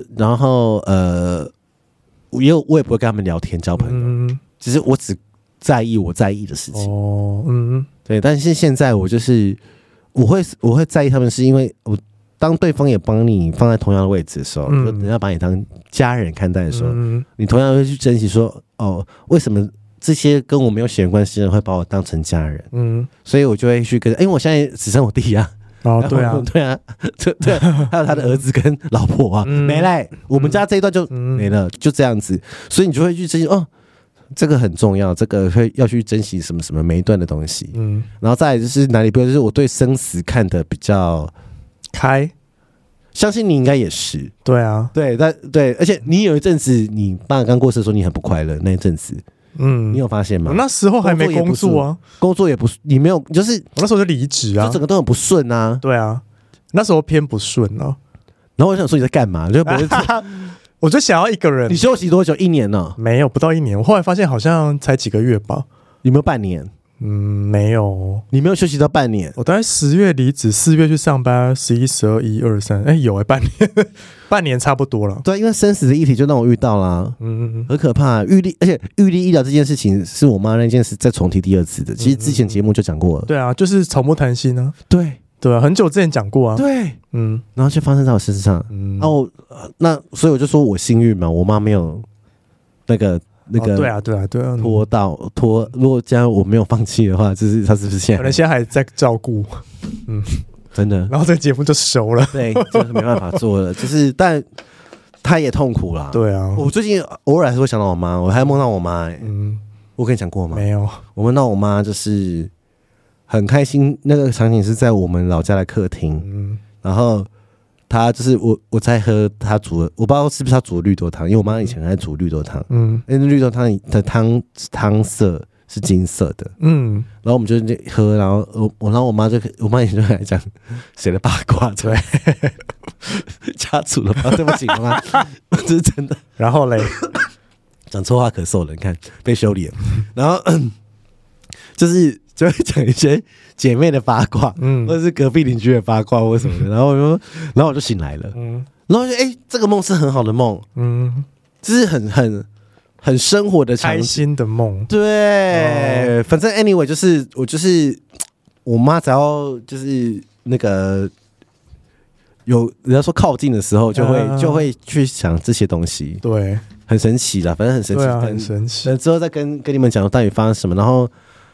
然后呃，我也我也不会跟他们聊天交朋友，嗯、只是我只在意我在意的事情哦，嗯，对。但是现在我就是我会我会在意他们，是因为我当对方也帮你放在同样的位置的时候，嗯、人家把你当家人看待的时候，嗯、你同样会去珍惜说。哦，为什么这些跟我没有血缘关系的人会把我当成家人？嗯，所以我就会去跟，因为我现在只剩我弟啊， 哦，对啊， 对啊，对对，还有他的儿子跟老婆啊，嗯、没了，我们家这一段就没了，嗯、就这样子，所以你就会去珍惜哦，这个很重要，这个会要去珍惜什么什么每一段的东西，嗯，然后再来就是哪里不就是我对生死看得比较开。 相信你应该也是， 对啊， 对，但对，而且你有一阵子，你爸刚过世的时候，你很不快乐那一阵子，嗯，你有发现吗？ 我那时候还没工作啊， 工作也不，你没有，就是我那时候就离职啊， 就整个都很不顺啊， 对啊，那时候偏不顺啊。 然后我想说你在干嘛？就不是， 我就想要一个人。 你休息多久？一年呢？ 没有，不到一年。我后来发现好像才几个月吧。 有没有半年？ 嗯，没有， 你没有休息到半年。 我大概十月离职，四月去上班，十一、十二、一二、三，哎，有哎、欸，半年，半年差不多了。 对，因为生死的议题就让我遇到啦，嗯，很可怕。预立，而且预立医疗这件事情是我妈那件事再重提第二次的。其实之前节目就讲过了。 对啊，就是草木谈心啊。 对对啊，很久之前讲过啊。 对，嗯，然后就发生在我身上。嗯，哦，那所以我就说我幸运嘛，我妈没有那个。那个、 哦、对啊对啊对啊， 拖到拖，如果这样我没有放弃的话，就是他是不是现在可能现在还在照顾，嗯， 真的， 然后这个节目就熟了， 对，就是没办法做了，就是但他也痛苦啦， 对啊， 我最近偶尔还是会想到我妈，我还梦到我妈、欸，嗯，我跟你讲过吗？ 没有， 我梦到我妈就是很开心，那个场景是在我们老家的客厅，嗯，然后。他就是我，我在喝他煮的，我不知道是不是他煮的绿豆汤，因为我妈以前还煮绿豆汤，嗯，因为绿豆汤的汤汤色是金色的，嗯，然后我们就喝，然后我，我然后我妈就，我妈以前就来讲谁的八卦，对，家族的八卦，对不起，妈妈，这是真的。 然后嘞， 讲错话可受了，你看被修理了，然后、嗯、就是就会讲一些。姐妹的八卦，嗯，或者是隔壁邻居的八卦或什么的，然后我就，然后我就醒来了，嗯，然后就哎、欸，这个梦是很好的梦，嗯，就是很很很生活的开心的梦， 对、哦，反正 anyway 就是我就是我妈只要就是那个有人家说靠近的时候，就会、啊、就会去想这些东西， 对， 很神奇啦，反正很神奇， 啊、很神奇。 等之后再跟跟你们讲到底发生什么，然后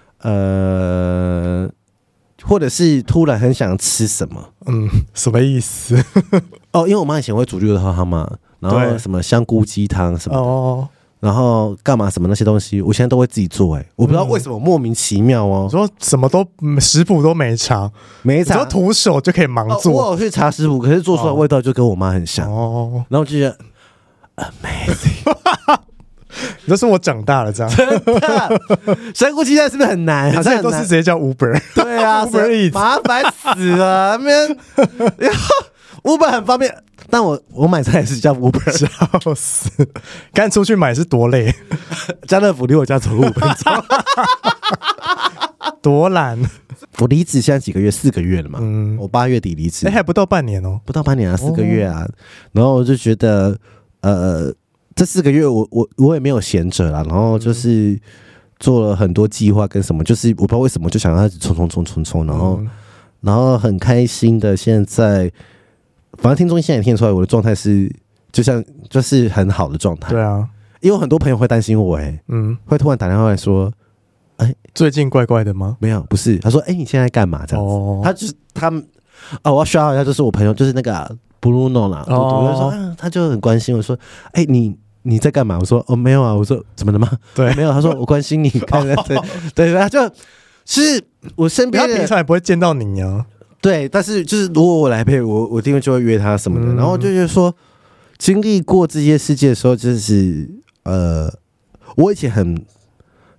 呃。或者是突然很想吃什么， 嗯，什么意思？ 哦，因为我妈以前会煮绿豆汤嘛，然后什么香菇鸡汤什么的，哦，然后干嘛什么那些东西，我现在都会自己做、欸。哎，我不知道为什么、嗯、莫名其妙哦。 说什么都食谱都没查， 没查， 只要徒手就可以盲做。 哦、我有去查食谱，可是做出来味道就跟我妈很像。哦，然后我就觉得 amazing。 你都说我长大了这样， 真的？香菇鸡蛋是不是很难？好像都是直接叫 Uber。对啊 ，Uber Eats 麻烦死了。那边 Uber 很方便，但我我买菜也是叫 Uber， 笑死！刚出去买是多累， 家乐福离我家走路五分钟， 多懒。 我离职现在几个月？四个月了嘛。嗯，我八月底离职， 哎、欸，还不到半年哦， 不到半年啊，四个月啊。哦、然后我就觉得，呃。这四个月我我我也没有闲着啦，然后就是做了很多计划跟什么，就是我不知道为什么就想要冲冲冲冲冲，然后、嗯、然后很开心的现在，反正听众现在也听得出来我的状态是就像就是很好的状态。 对啊， 因为很多朋友会担心我、欸，哎，嗯，会突然打电话来说，哎、欸， 最近怪怪的吗？ 没有，不是，他说，哎、欸，你现在干嘛这样子？哦、他就是他们，哦，我要shout out一下，就是我朋友，就是那个、啊、Bruno 啦，哦、我就说、啊，他就很关心我说，哎、欸，你。你在干嘛？我说哦没有啊，我说怎么了吗？ 对， 没有。他说我关心你，看对对对，他就是我身边的， 他平常也不会见到你啊。 对，但是就是如果我来配我，我一定就会约他什么的。嗯、然后就觉得说，经历过这些世界的时候，就是呃，我以前很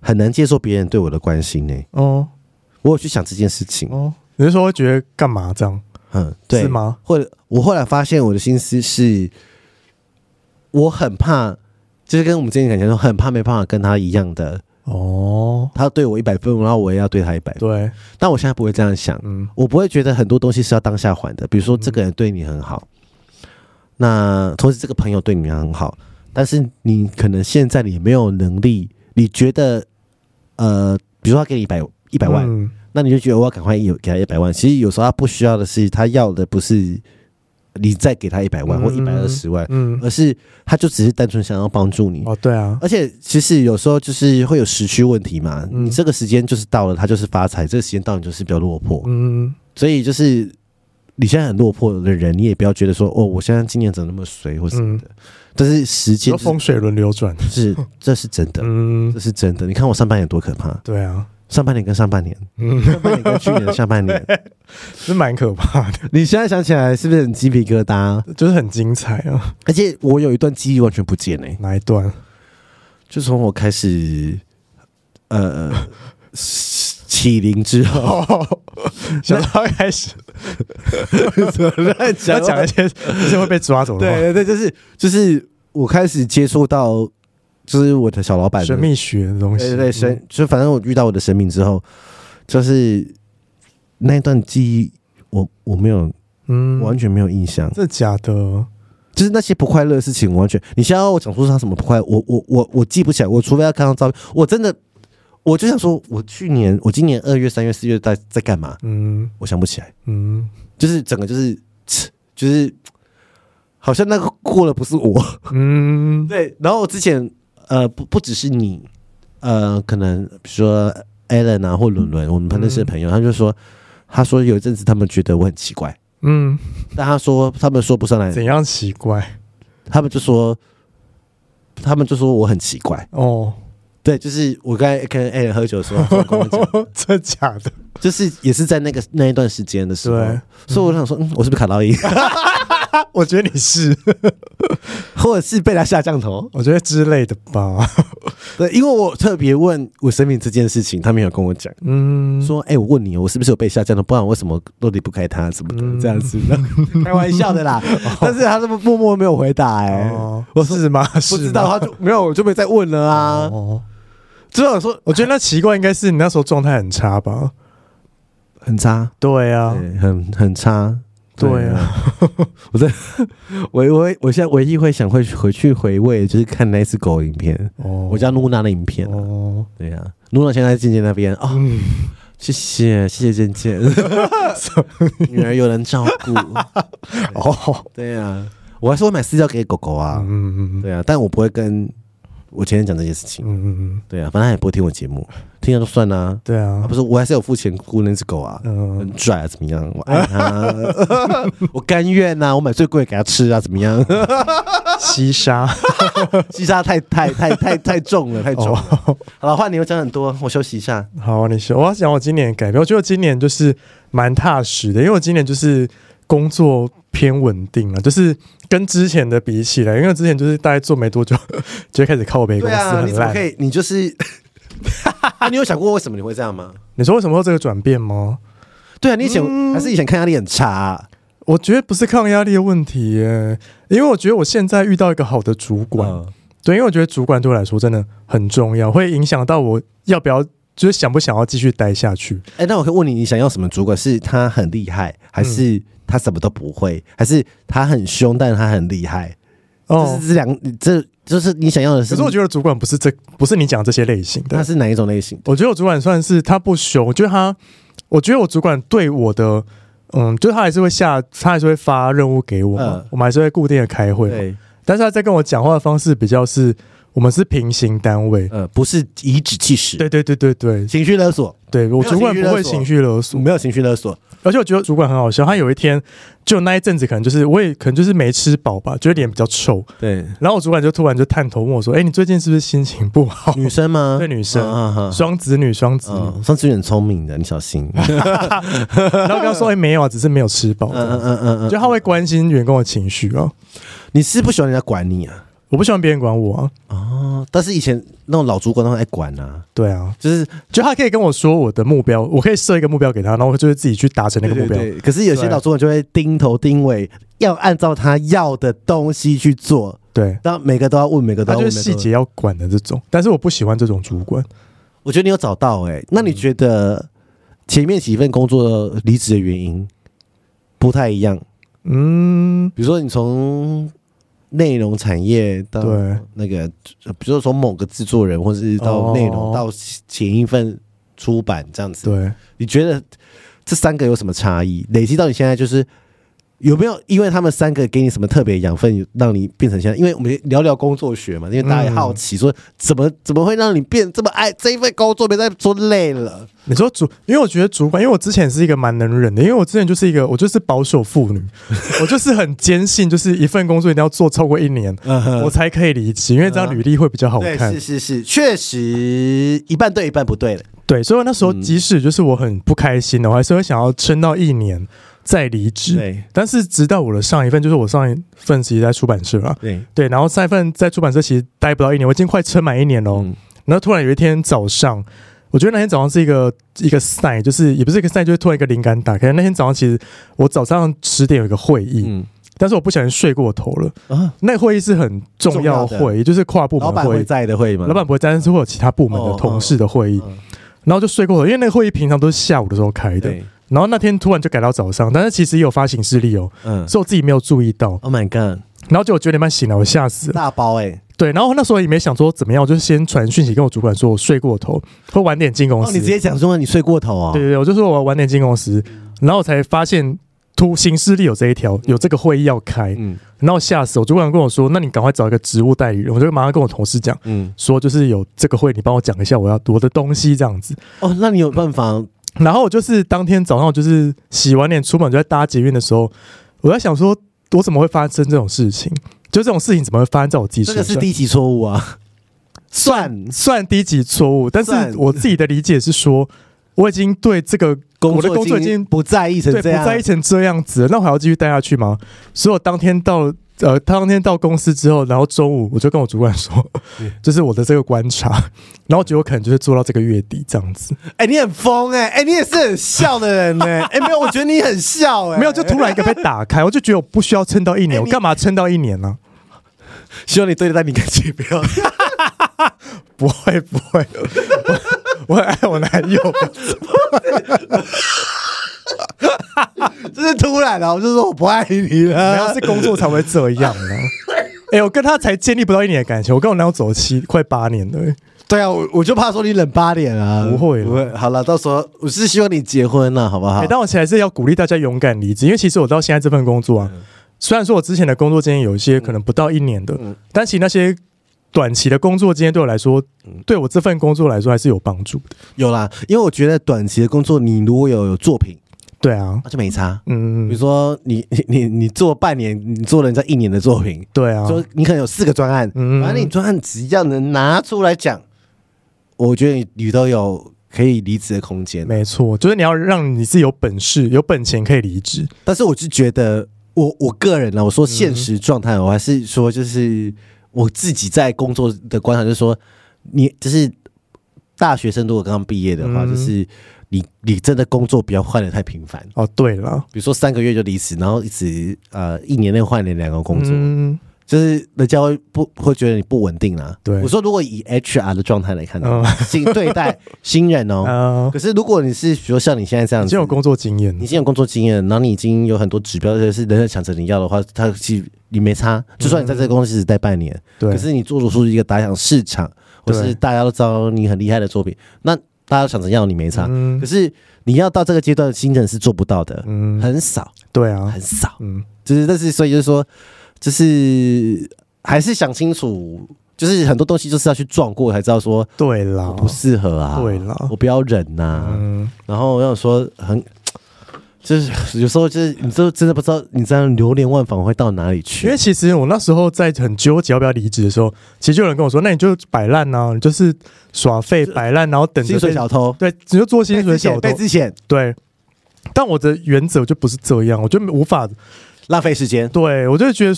很难接受别人对我的关心呢、欸。哦，我有去想这件事情。哦， 你是说会觉得干嘛这样？ 嗯，对， 是吗？ 或者我后来发现我的心思是，我很怕，就是跟我们之前感觉说，很怕没办法跟他一样的。哦，他对我一百分，然后我也要对他一百分。 对， 但我现在不会这样想，嗯，我不会觉得很多东西是要当下还的。比如说，这个人对你很好，嗯、那同时这个朋友对你很好，但是你可能现在你没有能力，你觉得，呃，比如说他给你一百一百万，嗯、那你就觉得我要赶快有给他一百万。其实有时候他不需要的是，他要的不是。你再给他一百万或一百二十万，嗯，而是他就只是单纯想要帮助你。 哦，对啊， 而且其实有时候就是会有时区问题嘛，嗯、你这个时间就是到了，他就是发财；这个时间到你就是比较落魄。嗯，所以就是你现在很落魄的人，你也不要觉得说哦，我现在今年怎么那么衰或什么的。嗯、但是时间、就是、 风水轮流转， 是这是真的，嗯，这是真的。你看我上半年多可怕。 对啊。 上半年跟上半年，嗯，上半年跟去年的下半年， 是蛮可怕的。 你现在想起来是不是很鸡皮疙瘩？ 就是很精彩啊！ 而且我有一段记忆完全不见哎、欸， 哪一段？ 就从我开始呃起灵之后， 小时候开始乱讲讲一些，就是会被抓走的。 对对对，就是就是我开始接触到。就是我的小老板神秘学的东西， 对对对，神、嗯、就反正我遇到我的神明之后，就是那一段记忆我，我我没有，嗯，完全没有印象。 这假的？ 就是那些不快乐的事情，完全。你现在要我讲出他什么不快乐，我我我我记不起来。我除非要看到照片，我真的，我就想说，我去年、我今年二月、三月、四月在在干嘛？嗯，我想不起来。嗯，就是整个就是就是，好像那个过了不是我。嗯，对。然后我之前。呃，不不只是你，呃，可能比如说 Alan 啊或伦伦，我们认识的朋友，嗯、他就说，他说有一阵子他们觉得我很奇怪，嗯，但他说他们说不上来怎样奇怪， 他们就说，他们就说我很奇怪哦，对，就是我刚才跟 Alan 喝酒的时候，跟我讲， 真的假的？ 就是也是在那个那一段时间的时候，对，所以我想说，嗯，我是不是卡到音？ 我觉得你是， 或者是被他下降头， 我觉得之类的吧。 对，因为我特别问我生命这件事情，他没有跟我讲，嗯，说，哎、欸，我问你，我是不是有被下降头？不然为什么都离不开他什么的、嗯、这样子？开玩笑的啦，哦、但是他这么默默没有回答、欸，哎、 哦，我是吗？ 不知道，他就没有，我就没再问了啊。哦， 最后说，我觉得那奇怪应该是你那时候状态很差吧？ 很差， 对啊， 对很很差。 对啊， 我在我我我现在唯一会想会回去回味，就是看那只狗影片，哦，我家露娜的影片、啊，哦，对呀、啊，露娜现在在健健那边哦、嗯，谢谢谢谢健健，女儿有人照顾，哦，对呀、啊，我还是会买饲料给狗狗啊，嗯嗯，对啊，但我不会跟我前天讲这些事情，嗯嗯嗯，对啊，反正他也不会听我节目，听了就算啦、啊， 对啊， 啊不是，我还是有付钱雇那只狗啊，嗯，很拽啊，怎么样？我爱它，我甘愿呐、啊，我买最贵给它吃啊，怎么样？ 西沙， 西沙太太太太太重了，太重了。哦、好了，换你，我讲很多，我休息一下。 好，你休。我要讲我今年的改变，我觉得我今年就是蛮踏实的，因为我今年就是工作偏稳定了，就是跟之前的比起来，因为之前就是大概做没多久就开始靠北公司很烂。 你怎么可以？你就是，啊、你有想过为什么你会这样吗？ 你说为什么会这个转变吗？ 对啊，你以前、嗯、还是以前抗压力很差、啊。 我觉得不是抗压力的问题耶，因为我觉得我现在遇到一个好的主管，嗯、对，因为我觉得主管对我来说真的很重要，会影响到我要不要，就是想不想要继续待下去。 哎、欸，那我可以问你，你想要什么主管？是他很厉害，还是他什么都不会，还是他很凶，但是他很厉害？哦，这是两，这就是你想要的是。 可是我觉得主管不是这，不是你讲这些类型的。 他是哪一种类型的？ 我觉得我主管算是他不凶，我觉得他，我觉得我主管对我的。嗯，就是他还是会下，他还是会发任务给我嘛，呃、我们还是会固定的开会嘛。但是他在跟我讲话的方式比较是，我们是平行单位， 呃，不是颐指气使。 对对对对对， 情绪勒索。 对我主管不会情绪勒索， 没有情绪勒索。 而且我觉得主管很好笑，他有一天就那一阵子可能就是我也可能就是没吃饱吧，觉得脸比较臭。 对， 然后我主管就突然就探头问我说：“哎、欸，你最近是不是心情不好？” 女生吗？ 对，女生，双、啊啊、子女，双子女， 双、啊、子女很聪明的，你小心。 然后跟他说：“哎、欸，没有啊，只是没有吃饱。”嗯嗯嗯嗯，就他会关心员工的情绪啊。 你是不喜欢人家管你啊？ 我不喜欢别人管我啊。 哦。 哦，但是以前那种老主管都很爱管啊。 对啊， 就是就他可以跟我说我的目标，我可以设一个目标给他，然后我就会自己去达成那个目标。 对对对，可是有些老主管就会盯头盯尾，要按照他要的东西去做。对，但每个都要问，每个都要问， 他就是细节要管的这种。但是我不喜欢这种主管。 我觉得你有找到哎、欸，那你觉得前面几份工作离职的原因不太一样？嗯，比如说你从内容产业到那个，比如说从某个制作人，或者是到内容、哦、到前一份出版这样子。对，你觉得这三个有什么差异？累积到你现在就是有没有因为他们三个给你什么特别养分，让你变成现在？因为我们聊聊工作学嘛，因为大家也好奇说怎么怎么会让你变这么爱这一份工作，别再说累了。 你说主，因为我觉得主管，因为我之前是一个蛮能忍的，因为我之前就是一个我就是保守妇女，我就是很坚信，就是一份工作一定要做超过一年，uh-huh. 我才可以离职，因为这样履历会比较好看。 是是是，确实一半对一半不对了。 对，所以那时候即使就是我很不开心的，我还是会想要撑到一年再离职。对，但是直到我的上一份，就是我上一份其实在出版社啦，对对，然后上一份在出版社其实待不到一年，我已经快撑满一年了、嗯。然后突然有一天早上。我觉得那天早上是一个一个 sign， 就是也不是一个 sign， 就是突然一个灵感打开。那天早上其实我早上十点有一个会议，嗯、但是我不小心睡过头了。啊、那个会议是很重要的会议，就是跨部门会议， 老板会在的会议吗？ 老板不会在，但是会有其他部门的同事的会议。哦哦、然后就睡过头，因为那个会议平常都是下午的时候开的，然后那天突然就改到早上，但是其实也有发行事例哦，嗯，是我自己没有注意到。 Oh my god！ 然后就我九点半醒了，我吓死了， 大包哎、欸。 对，然后那时候也没想说怎么样，我就先传讯息跟我主管说我睡过头，会晚点进公司。 哦，你直接讲说你睡过头啊、哦？ 对对对，我就说我晚点进公司，然后我才发现图形事例有这一条，有这个会议要开，嗯，然后吓死我。主管跟我说，那你赶快找一个职务代理人，我就马上跟我同事讲，嗯，说就是有这个会，你帮我讲一下我要我的东西这样子。 哦，那你有办法？ 然后我就是当天早上就是洗完脸出门，就在搭捷运的时候，我在想说，我怎么会发生这种事情？就这种事情怎么会发生在我自己身上？ 这个是低级错误啊， 算算低级错误。但是我自己的理解是说，我已经对这个工作我的工作已经不在意成这样， 不在意成这样子了，那我还要继续待下去吗？所以我当天到呃，当天到公司之后，然后中午我就跟我主管说，就是我的这个观察，然后结果可能就是做到这个月底这样子。 哎、欸，你很疯哎、欸，哎、欸，你也是很笑的人哎、欸，哎、欸，没有，我觉得你很笑哎、欸， 没有，就突然一个被打开，我就觉得我不需要撑到一年，欸、我干嘛撑到一年呢、啊？ 希望你对待你感情不要， 不会不会，我我很爱我男友。 这是突然的，我就说我不爱你了。 没有，是工作才会这样的。哎、欸，我跟他才建立不到一年的感情，我跟我男友走了七快八年了、欸。 对啊，我我就怕说你忍八年啊， 不会不会。好了，到时候我是希望你结婚了、啊，好不好？ 欸、但我其实还是要鼓励大家勇敢离职，因为其实我到现在这份工作啊，嗯、虽然说我之前的工作经验有一些可能不到一年的，嗯、但其实那些短期的工作经验对我来说，嗯、对我这份工作来说还是有帮助的。 有啦，因为我觉得短期的工作，你如果有有作品。 对啊， 那就没差。嗯，比如说你你你你做半年，你做人家一年的作品， 对啊， 说你可能有四个专案，嗯，反正你专案只要能拿出来讲，我觉得你你都有可以离职的空间。 没错，就是你要让你自己有本事、有本钱可以离职。 但是我是觉得，我我个人呢，我说现实状态、嗯，我还是说就是我自己在工作的观察，就是说你就是大学生如果刚刚毕业的话，嗯、就是。你你真的工作不要换得太频繁哦。对了， 比如说三个月就离职，然后一直呃一年内换了两个工作，嗯、就是人家会不会觉得你不稳定啦、啊？对，我说如果以 H R 的状态来看的话，新、哦、对待新人哦、哦。可是如果你是比如说像你现在这样子， 已经有工作经验， 你已经有工作经验，然后你已经有很多指标，就是人家抢着你要的话，他其实你没差。就算你在这个公司只待半年，对、嗯，可是你做出一个打响市场，或是大家都知道你很厉害的作品，那。大家都想着要你没差、嗯，可是你要到这个阶段，新人是做不到的，嗯，很少， 对啊， 很少，嗯，就是但是所以就是说，就是还是想清楚，就是很多东西就是要去撞过才知道说， 对啦， 我不适合啊， 对啦， 我不要忍呐、啊嗯，然后我想说很。就是有时候就是你都真的不知道你这样流连忘返会到哪里去。 因为其实我那时候在很纠结要不要离职的时候，其实就有人跟我说：“那你就摆烂啊，你就是耍废摆烂，然后等着薪水小偷。” 对，你就做薪水小偷， 被之前对。但我的原则就不是这样，我就无法浪费时间。 对，我就觉得说，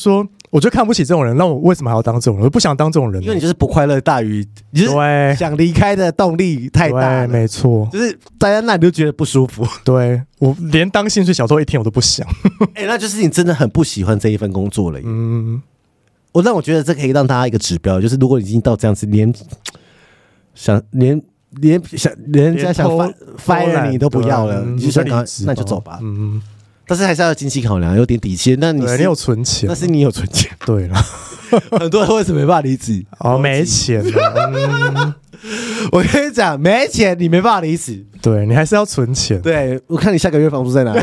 我就看不起这种人，那我为什么还要当这种人？我不想当这种人， 因为你就是不快乐大于，你就是想离开的动力太大了。 对，没错， 就是待在那你就觉得不舒服。 对，我连当薪水小偷一天我都不想。 哎、欸，那就是你真的很不喜欢这一份工作了。嗯，我让我觉得这可以让大家一个指标，就是如果你已经到这样子，连想连连想连人家想 fire 你都不要了，你就想那那就走吧。嗯。但是还是要有经济考量，有点底气。那你是你有存钱， 那是你有存钱。 对了， 很多人为什么没办法离职？ 哦，没钱嗯、 我跟你讲，没钱你没办法离职。 对你还是要存钱。 对，我看你下个月房租在哪里。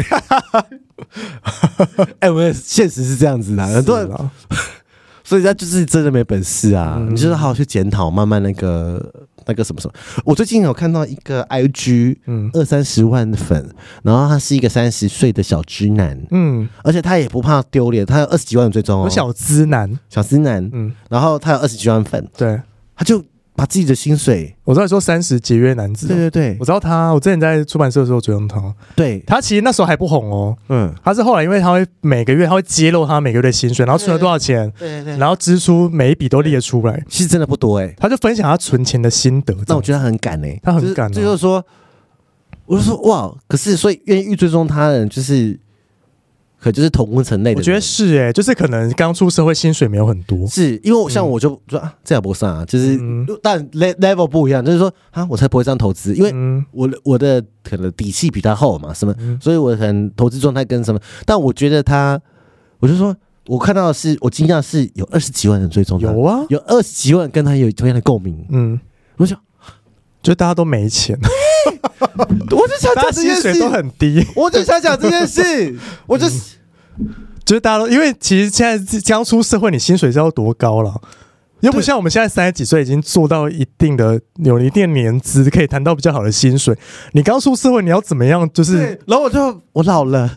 哎、欸，我们现实是这样子的，很多人，所以他就是真的没本事啊。嗯、你就是好好去检讨，慢慢那个。那个什么什么，我最近有看到一个 I G， 嗯，二三十万的粉，然后他是一个三十岁的小直男，嗯，而且他也不怕丢脸，他有二十几万的追踪哦， 小直男， 小直男，嗯，然后他有二十几万粉， 对， 他就把自己的薪水， 我知道你说三十节约男子， 对对对， 我知道他，我之前在出版社的时候追踪他， 对他其实那时候还不红哦，嗯，他是后来因为他会每个月他会揭露他每个月的薪水，然后存了多少钱， 对对对， 然后支出每一笔都列出来， 其实真的不多哎、欸， 他就分享他存钱的心得， 那我觉得他很敢哎、欸， 他很敢、哦， 这就是說，我就说哇，可是所以愿意追踪他的人就是。可就是同温层类的， 我觉得是哎、欸，就是可能刚出社会，薪水没有很多， 是因为我像我就说、嗯、啊，这也不算啊，就是、嗯、但 level 不一样，就是说啊，我才不会这样投资，因为我我的可能底气比他厚嘛，什么，嗯、所以我可能投资状态跟什么，但我觉得他，我就说我看到的是，我惊讶是有二十几万人追踪他， 有啊， 有二十几万人跟他有同样的共鸣，嗯，我想， 就大家都没钱。 我就想讲这件事， 薪水都很低， 我就想讲这件事，我就是。 嗯就是大家都因为其实现在刚出社会，你薪水是要多高了？又不像我们现在三十几岁已经做到一定的有一定的年资，可以谈到比较好的薪水。你刚出社会，你要怎么样？就是， 然后我就我老了，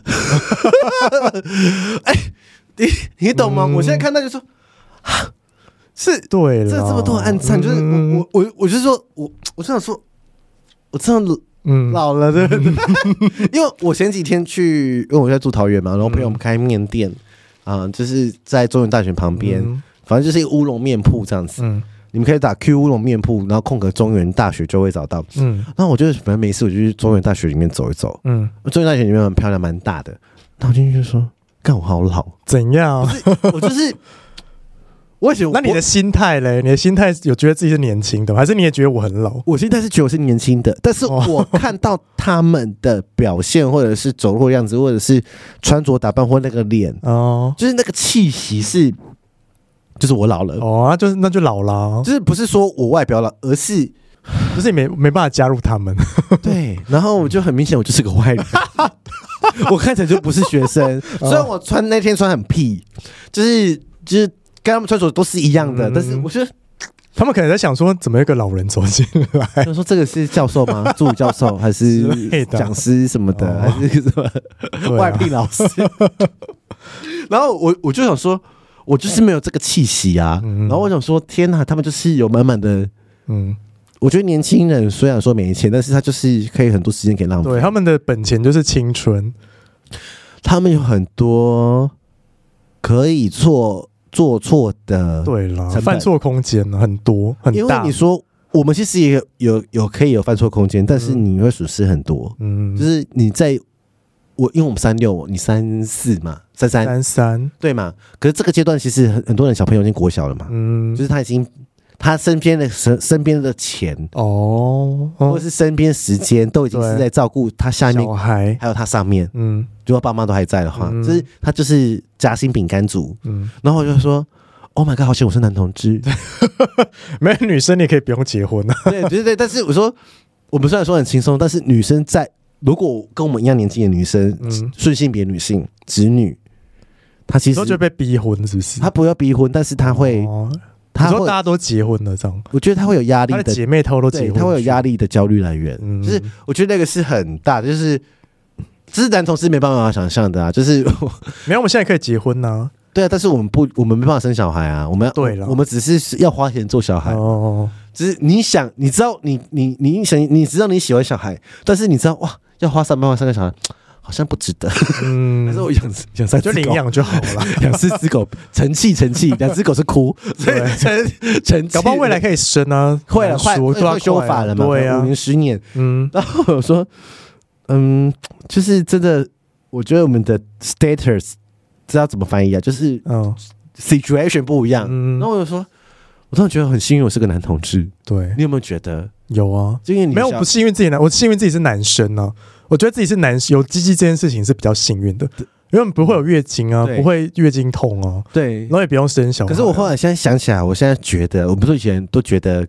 哎、欸，你你懂吗？嗯、我现在看到就说，是对了， 这这么多暗赞，嗯、就是我我我我就说我我就想说，我这样。嗯，老了对不对？因为我前几天去，因为我在住桃园嘛，然后朋友们开面店，啊、嗯呃，就是在中原大学旁边，嗯、反正就是一个乌龙面铺这样子。嗯，你们可以打 Q 乌龙面铺，然后空格中原大学就会找到。嗯，然后我就反正没事，我就去中原大学里面走一走。嗯，中原大学里面很漂亮，蛮大的。然后我进去就说：“干，我好老， 怎样？” 我就是。为什么？ 那你的心态嘞？你的心态有觉得自己是年轻的，还是你也觉得我很老？ 我现在是觉得我是年轻的，但是我看到他们的表现，或者是走路的样子，或者是穿着打扮，或那个脸，哦，就是那个气息是，就是我老了哦，那就是那就老了， 就是不是说我外表老，而是就是没没办法加入他们。 对，然后我就很明显，我就是个外人，我看起来就不是学生，虽然我穿那天穿很屁，就是就是。跟他们穿着都是一样的，嗯、但是我觉得他们可能在想说，怎么有个老人走进来？ 就说这个是教授吗？助理教授还是讲师什么的，哦、还是什么外聘老师？然后我我就想说，我就是没有这个气息啊。嗯、然后我想说，天哪，他们就是有满满的。嗯，我觉得年轻人虽然说没钱，但是他就是可以很多时间可以浪费。 对，他们的本钱就是青春， 他们有很多可以做。做错的， 对啦，犯错空间很多很大。 因为你说我们其实也有有有可以有犯错空间，但是你会损失很多。嗯，就是你在我因为我们三六，你三四嘛，三三三三， 对嘛？可是这个阶段其实很很多人小朋友已经国小了嘛，嗯，就是他已经他身边的身身边的钱哦，或者是身边时间都已经是在照顾他下面小孩， 还有他上面，嗯。如果爸妈都还在的话，嗯、就是他就是夹心饼干族，嗯，然后我就说 ，Oh my god， 好险我是男同志， 没有女生你也可以不用结婚啊。 对对对，但是我说我们虽然说很轻松，但是女生在如果跟我们一样年纪的女生，嗯、顺性别女性子女，她其实就被逼婚，是不是？ 她不要逼婚，但是她会。哦你说大家都结婚了，这样我觉得他会有压力的， 他的姐妹淘都结婚， 他会有压力的焦虑来源，嗯、就是我觉得那个是很大的，就是这是男同志没办法想象的啊，就是没有我们现在可以结婚呐、啊， 对啊，但是我们不，我们没办法生小孩啊，我们要对了， 我们只是要花钱做小孩哦，只是你想，你知道，你你你想，你知道你喜欢小孩，但是你知道哇，要花三百万生个小孩。 好像不值得，嗯，还是我养养三只狗， 就领养就好了， 养四只狗，成器成器，两只狗是哭，所以成成器， 搞不好未来可以生啊， 会了，会会修法了嘛，对啊，五年十年，嗯，然后我说，嗯，就是真的，我觉得我们的 status 知道怎么翻译啊，就是嗯 situation 不一样，嗯，然后我就说，我突然觉得很幸运，我是个男同志， 对， 你有没有觉得？ 有啊， 因为你没有不幸运自己男，我幸运自己是男生啊。我觉得自己是男生有鸡鸡这件事情是比较幸运的，因为不会有月经啊，不会月经痛啊， 对， 然后也不用生小孩。 可是我后来现在想起来，我现在觉得，我们说以前都觉得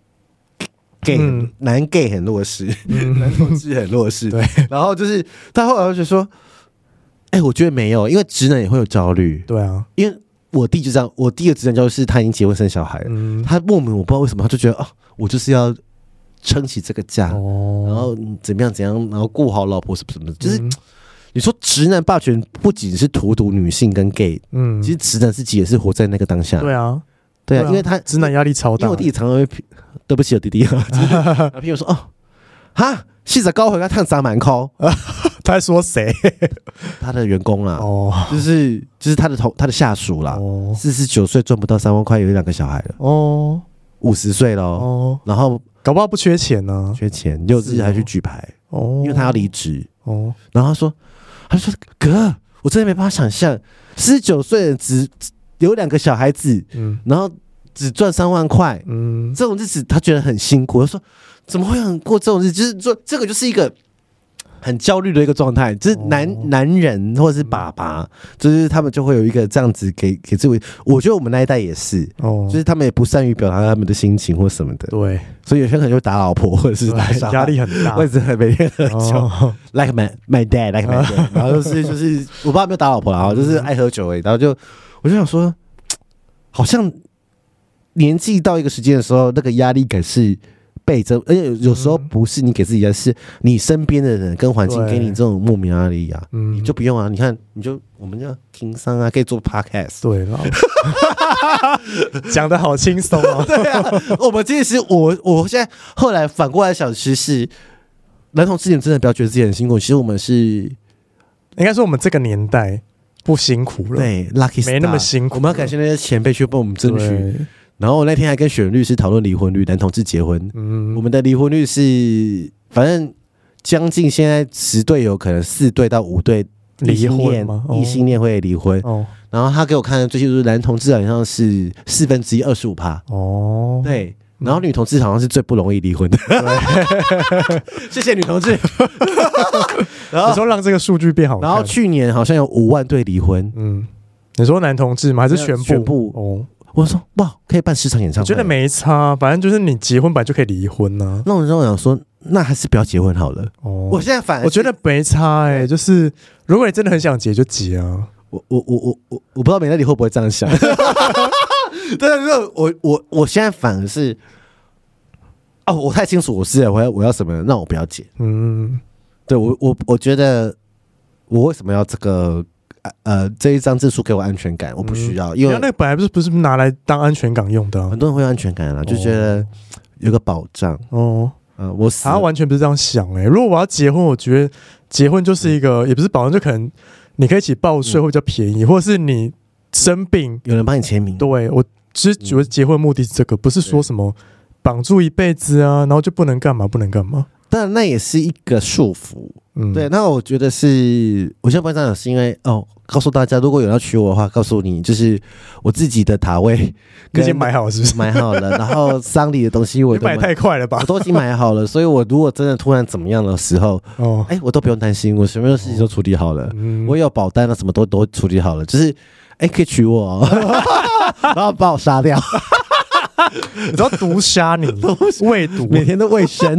gay、嗯、男 gay 很弱势，嗯、男同志很弱势， 对。 然后就是他后来就说，哎、欸，我觉得没有，因为直男也会有焦虑， 对啊， 因为我弟就这样，我弟的直男焦虑是他已经结婚生小孩了，嗯、他莫名我不知道为什么，他就觉得哦，我就是要。撑起这个家，哦、然后怎么样怎样，然后顾好老婆什么什么的，就是、嗯、你说直男霸权不仅是荼毒女性跟 gay， 嗯，其实直男自己也是活在那个当下。 对啊， 对啊，因为他直男压力超大。 因为我弟弟常常会，对不起我弟弟啊，然后譬如说哦，哈，细仔高回他烫砸满扣， 他在说谁？ 他的员工啦，哦，就是就是他的同他的下属啦，四十九岁赚不到三万块，有两个小孩了，哦，五十岁了，哦，然后。 搞不好不缺钱呢、啊， 缺钱，六日还去举牌哦，因为他要离职哦。然后他说，他说哥，我真的没办法想象，四十九岁的只有两个小孩子，嗯，然后只赚三万块，嗯，这种日子他觉得很辛苦。他说，怎么会有人过这种日子？就是说，这个就是一个很焦虑的一个状态，就是男、哦、男人或者是爸爸，就是他们就会有一个这样子给给自己。我觉得我们那一代也是，哦，就是他们也不善于表达他们的心情或什么的， 对， 所以有些人可能就打老婆或者是打小孩， 压力很大， 或者是每天喝酒、哦、，like my my dad like my dad， 然后就是就是我不知道有没有打老婆啊，就是爱喝酒而已，然后就我就想说，好像年纪到一个时间的时候，那个压力感是。倍增，而且有时候不是你给自己的，是你身边的人跟环境给你这种莫名压力啊，嗯，你就不用啊，你看，你就我们就轻松啊，可以做 podcast， 对了，讲得好轻松哦， 对啊，我们其实我我现在后来反过来想，其实男同志你真的不要觉得自己很辛苦，其实我们是应该说我们这个年代不辛苦了， 对 ，lucky 没那么辛苦， 我们要感谢那些前辈去帮我们争取。然后我那天还跟雪伦律师讨论离婚率，男同志结婚，嗯，我们的离婚率是反正将近现在十对有可能四对到五对离婚吗？ 异性恋会离婚，哦，然后他给我看的最新就是男同志好像是四分之一二十五趴，哦，对，然后女同志好像是最不容易离婚的，谢谢女同志。 然后你说让这个数据变好看， 然后去年好像有五万对离婚， 嗯，你说男同志吗？还是全部？ 全部哦。我说哇，可以办十场演唱会， 我觉得没差，反正就是你结婚本来就可以离婚啊。 那我就想说，那还是不要结婚好了。哦，我现在反而我觉得没差哎、欸，就是如果你真的很想结就结啊。 我我我我我我不知道美乐里会不会这样想，但是我我我现在反而是，哦，我太清楚我是我要我要什么，那我不要结。嗯，对我我我觉得我为什么要这个？呃，这一张证书给我安全感，我不需要，因为那个本来不是不是拿来当安全感用的、啊， 很多人会有安全感啦，就觉得有个保障哦。呃，我他完全不是这样想哎、欸。如果我要结婚，我觉得结婚就是一个，嗯、也不是保障，就可能你可以一起报税会比较便宜，嗯、或者是你生病有人帮你签名。 对我其实觉得结婚目的是这个，不是说什么绑住一辈子啊，然后就不能干嘛不能干嘛。 但那也是一个束缚。嗯，对，那我觉得是，我现在不会这样讲，是因为哦，告诉大家，如果有人要娶我的话，告诉你，就是我自己的塔位已经买好了，是不是？ 买好了，然后丧礼的东西我都买太快了吧？ 我都已经买好了，所以我如果真的突然怎么样的时候，哦，哎，我都不用担心，我什么事情都处理好了，嗯、我有保单啊，什么都都处理好了，就是哎，可以娶我、哦，然后把我杀掉。 你知道毒杀你，喂毒， 每天都喂生。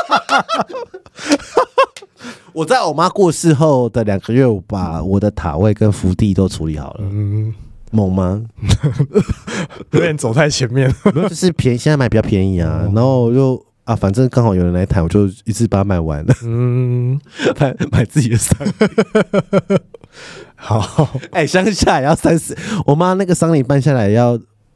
我在我妈过世后的两个月，我把我的塔位跟福地都处理好了。嗯，猛吗？ 有点走太前面了。 就是便宜，现在买比较便宜啊。然后我就啊，反正刚好有人来谈，我就一次把它买完了。嗯，买买自己的丧礼。好，哎、欸，乡下也要三十，我妈那个丧礼办下来要。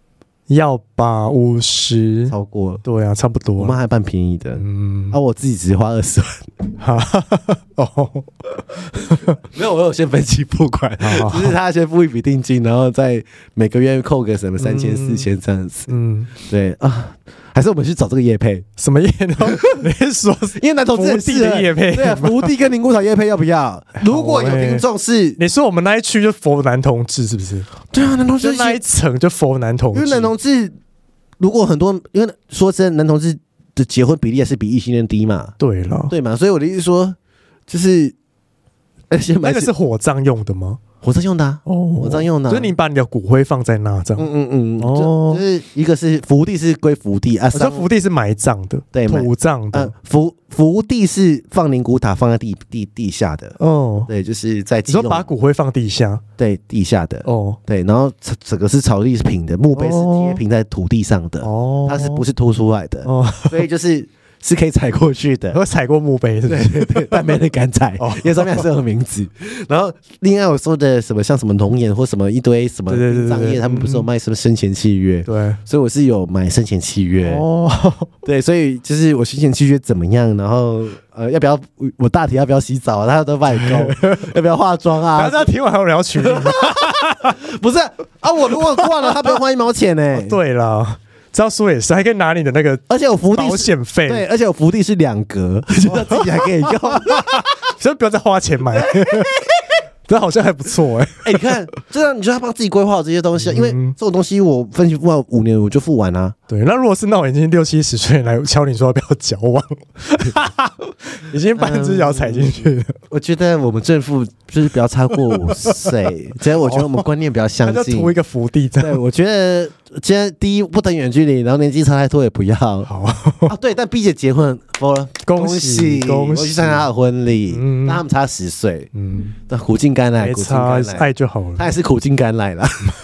要吧，五十超过， 对啊，差不多。 我妈还办便宜的，嗯，啊，我自己只花二十万，哦，没有，我有先分期付款，就是他先付一笔定金，然后再每个月扣个什么三千、四千这样子，嗯，对啊。还是我们去找这个业配？ 什么业配？你是说， 因为男同志很适合的业配， 对啊，福地跟灵骨塔业配要不要？如果有听众是， 你说我们那一区就佛男同志是不是？ 对啊，男同志那一层就佛男同志， 因为男同志如果很多，因为说真的，男同志的结婚比例还是比异性恋低嘛， 对了， 对嘛，所以我的意思说，就是那个是火葬用的吗？ 火葬用的、啊，哦，火葬用的、啊， 就是你把你的骨灰放在那这样， 嗯嗯嗯，哦，就, 就是一个是福地是归福地啊， 说福地是埋葬的， 对， 土葬的，呃、 福福地是放灵骨塔放在地地地下的，哦，对，就是在你说把骨灰放地下， 对，地下的，哦，对，然后整个是草地是平的，墓碑是贴平在土地上的，哦，它是不是凸出来的？哦，所以就是。是可以踩过去的， 我踩过墓碑，是不是？ 对对对，但没人敢踩，因为上面还是有名字。然后另外我说的什么像什么龙眼或什么一堆什么葬业，他们不是有卖什么生前契约？对，所以我是有买生前契约。哦，对，所以就是我生前契约怎么样？然后呃，要不要我大体要不要洗澡？他都帮你勾，要不要化妆啊？ 大家听完还有人要娶你吗？ 不是啊，我如果挂了，他不用花一毛钱呢、欸。 对了。这样说也是，还可以拿你的那个， 而且我福地保险费， 对，而且我福地是两格，自己还可以用， 所以不要再花钱买，这好像还不错哎、欸。 哎、欸，你看，这样你就要帮自己规划这些东西、啊，因为这种东西我分期付完五年我就付完啊。 对，那如果是那种已经六七十岁来敲你说要不要交往，已经半只脚踩进去了、嗯。 我觉得我们政府就是不要超过五岁，只要我觉得我们观念比较相近， 就图一个福地。 对，我觉得今天第一不等远距离，然后年纪差太多也不要。 好啊，对，但 B 姐结婚， 恭喜恭喜， 我去参加她的婚礼，嗯，但他们差十岁，嗯，那苦尽甘来，苦尽甘来， 爱就好了。 他也是苦尽甘来了。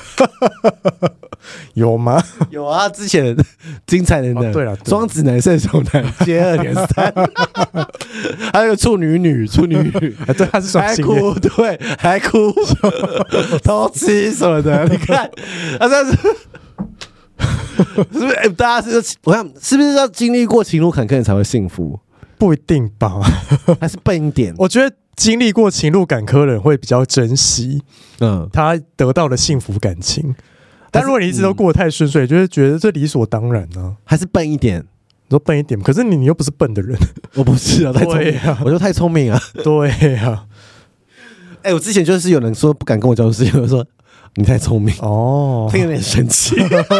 有吗？ 有啊，之前精彩的呢、哦， 对了， 双子男胜手男接二连三，还有处女女，处女女， 啊、对，他是双性恋， 还哭，对，还哭，偷吃什么的，你看，啊，这是是不是？欸、大家是我想，是不是要经历过情路坎坷才会幸福？ 不一定吧， 还是笨一点？ 我觉得经历过情路坎坷的人会比较珍惜，嗯，他得到的幸福感情。但如果你一直都过得太顺遂，嗯、就会觉得这理所当然呢、 啊。还是笨一点？ 你说笨一点，可是你你又不是笨的人， 我不是啊，太聪明啊，我就太聪明啊， 对啊。 哎、欸，我之前就是有人说不敢跟我交事情，我说你太聪明哦，听有点生气。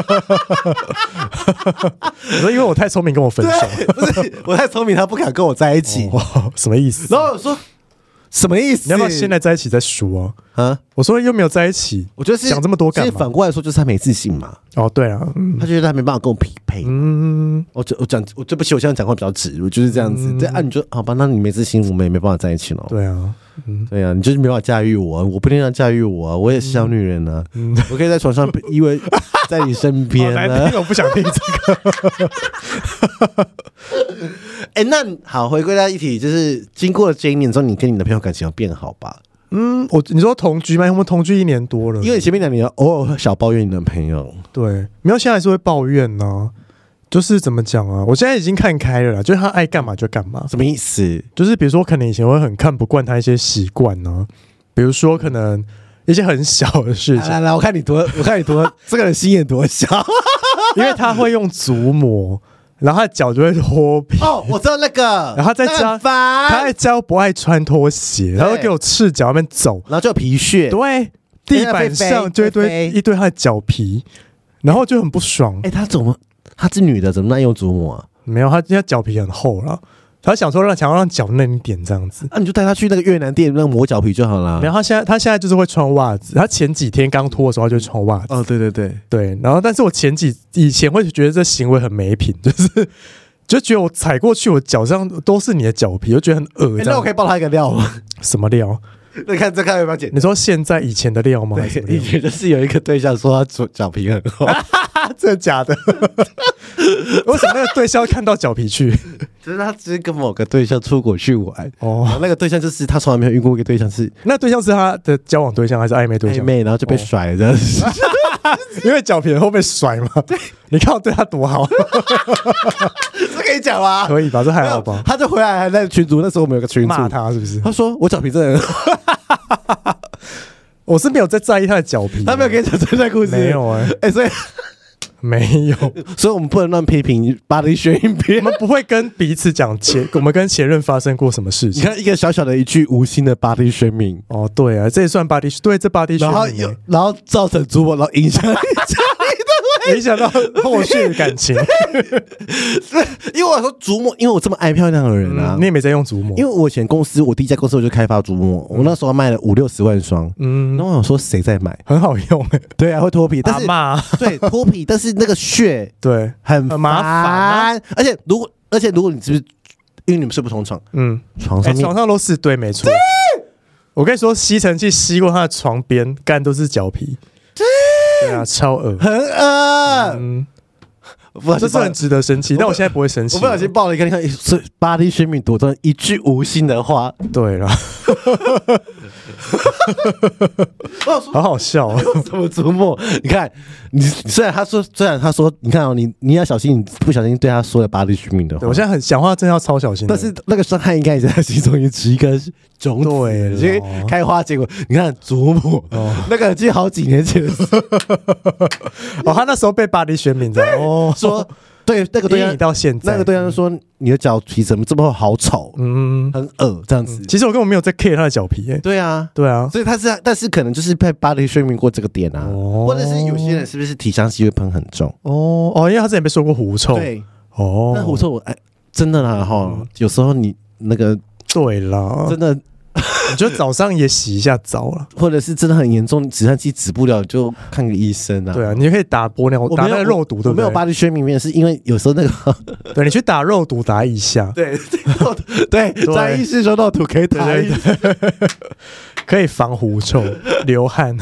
我说因为我太聪明跟我分手， 不是我太聪明，他不敢跟我在一起， 哦、什么意思？ 然后我说。什么意思？ 你要不要现在在一起再说啊？啊！我说又没有在一起， 我觉得是讲这么多干嘛？ 反过来说，就是他没自信嘛。 哦，对啊， 嗯、他觉得他没办法跟我匹配。嗯，我我讲我对不起，我现在讲话比较直，我就是这样子。对、嗯、啊，你就好吧？那你没自信，我们也没办法在一起了。 对啊，嗯， 对啊，你就是没办法驾驭我，我不一定要驾驭我啊，我也是小女人啊，嗯、我可以在床上依偎在你身边呢、 啊。我不想听这个。 哎、欸，那好，回归到一题，就是经过了这一年之后，你跟你的朋友感情有变好吧？ 嗯，我你说同居吗？我们同居一年多了， 因为你前面两年偶尔小抱怨你的朋友， 对，没有，现在还是会抱怨呢、啊。就是怎么讲啊？我现在已经看开了啦，就是他爱干嘛就干嘛。 什么意思？ 就是比如说，可能以前会很看不惯他一些习惯呢，比如说可能一些很小的事情。 来来，我看你多，我看你多，这个人心眼多小， 因为他会用足膜。然后他的脚就会脱皮哦，我知道那个。 然后在家，他在家不爱穿拖鞋，然后给我赤脚那边走， 然后就有皮屑， 对，地板上就一堆一堆他的脚皮，然后就很不爽。 哎、欸，他怎么？她是女的，怎么那用足膜啊？ 没有，她现在脚皮很厚了。他想说让想要让脚嫩一点这样子， 那、啊、你就带他去那个越南店那个磨脚皮就好了。 然后他现在他现在就是会穿袜子，他前几天刚脱的时候他就穿袜子。 哦，对对对对。然后，但是我前几以前会觉得这行为很没品，就是就觉得我踩过去，我脚上都是你的脚皮，我觉得很恶、欸。 那我可以爆他一个料吗？ 什么料？ 你看这看有没有剪？ 你说现在以前的料吗？ 对，以前就是有一个对象说他脚皮很厚， 真的假的？为什么那个对象要看到脚皮去？ 就是他只是跟某个对象出国去玩哦，那个对象就是他从来没有遇过一个对象是， 那对象是他的交往对象还是暧昧对象？ 暧昧，然后就被甩了这样子。 因为脚皮会被甩嘛？对，你看我对他多好， 这可以讲吗？ 可以吧？这还好吧？ 他就回来还在群组，那时候我们有个群组骂他是不是？ 他说我脚皮真的很我是没有在在意他的脚皮， 他没有跟你讲这段故事， 没有哎、欸， 哎、欸，所以没有， 所以我们不能乱批评巴黎学影片， 我们不会跟彼此讲前，我们跟前任发生过什么事情。 你看一个小小的一句无心的巴黎学名， 哦，对啊，这也算巴黎，对，这巴黎学名、欸， 然后然后造成主播，然后影响影响到后续的感情。 因为我说竹墨，因为我这么爱漂亮的人啊、 嗯，你也没在用竹墨。 因为我以前公司，我第一家公司我就开发竹墨，我那时候卖了五六十万双，嗯，然后我想说谁在买， 很好用、欸， 对啊，会脱皮，但是阿嬷对脱皮，但是那个屑对很很麻烦、啊， 而且如果而且如果你是不是因为你们睡不同床，嗯，床上面、 欸、床上都是对，没错。我跟你说，吸尘器吸过他的床边，干都是脚皮。对啊，超恶， 很恶，嗯， 这是很值得生气，但我现在不会生气。 我不小心爆了一个，你看，是巴黎宣明夺真一句无心的话， 对了，好好笑啊！ 怎么琢磨？你看，你虽然他说，虽然他说，你看哦，你你要小心，你不小心对他说了巴黎宣明的话。 我现在很讲话，真的要超小心。 但是那个伤害应该也在他心中也是一个种子， 对， 所以开花结果，你看琢磨，哦、那个已经好几年前的事。 哦，他那时候被巴黎宣明的哦， 说对那个对象， 你到现在那个对象说你的脚皮怎么这么好丑，嗯，很恶这样子、嗯。 其实我根本没有在 care 他的脚皮、欸， 对啊， 对啊， 所以他是，但是可能就是被巴黎宣明过这个点啊，哦、或者是有些人是不是体香气会喷很重？ 哦哦，因为他之前被说过狐臭， 对，哦，那狐臭我哎，真的啦哈、嗯，有时候你那个对啦， 真的。 你就早上也洗一下澡了， 或者是真的很严重，止汗剂止不了，就看个医生啊。 对啊，你就可以打玻尿，打那个肉毒，对不对？ 我没有巴黎宣明面，是因为有时候那个， 对你去打肉毒打一下， 对对对，张医师说肉毒可以打一下， 可以防狐臭、流汗。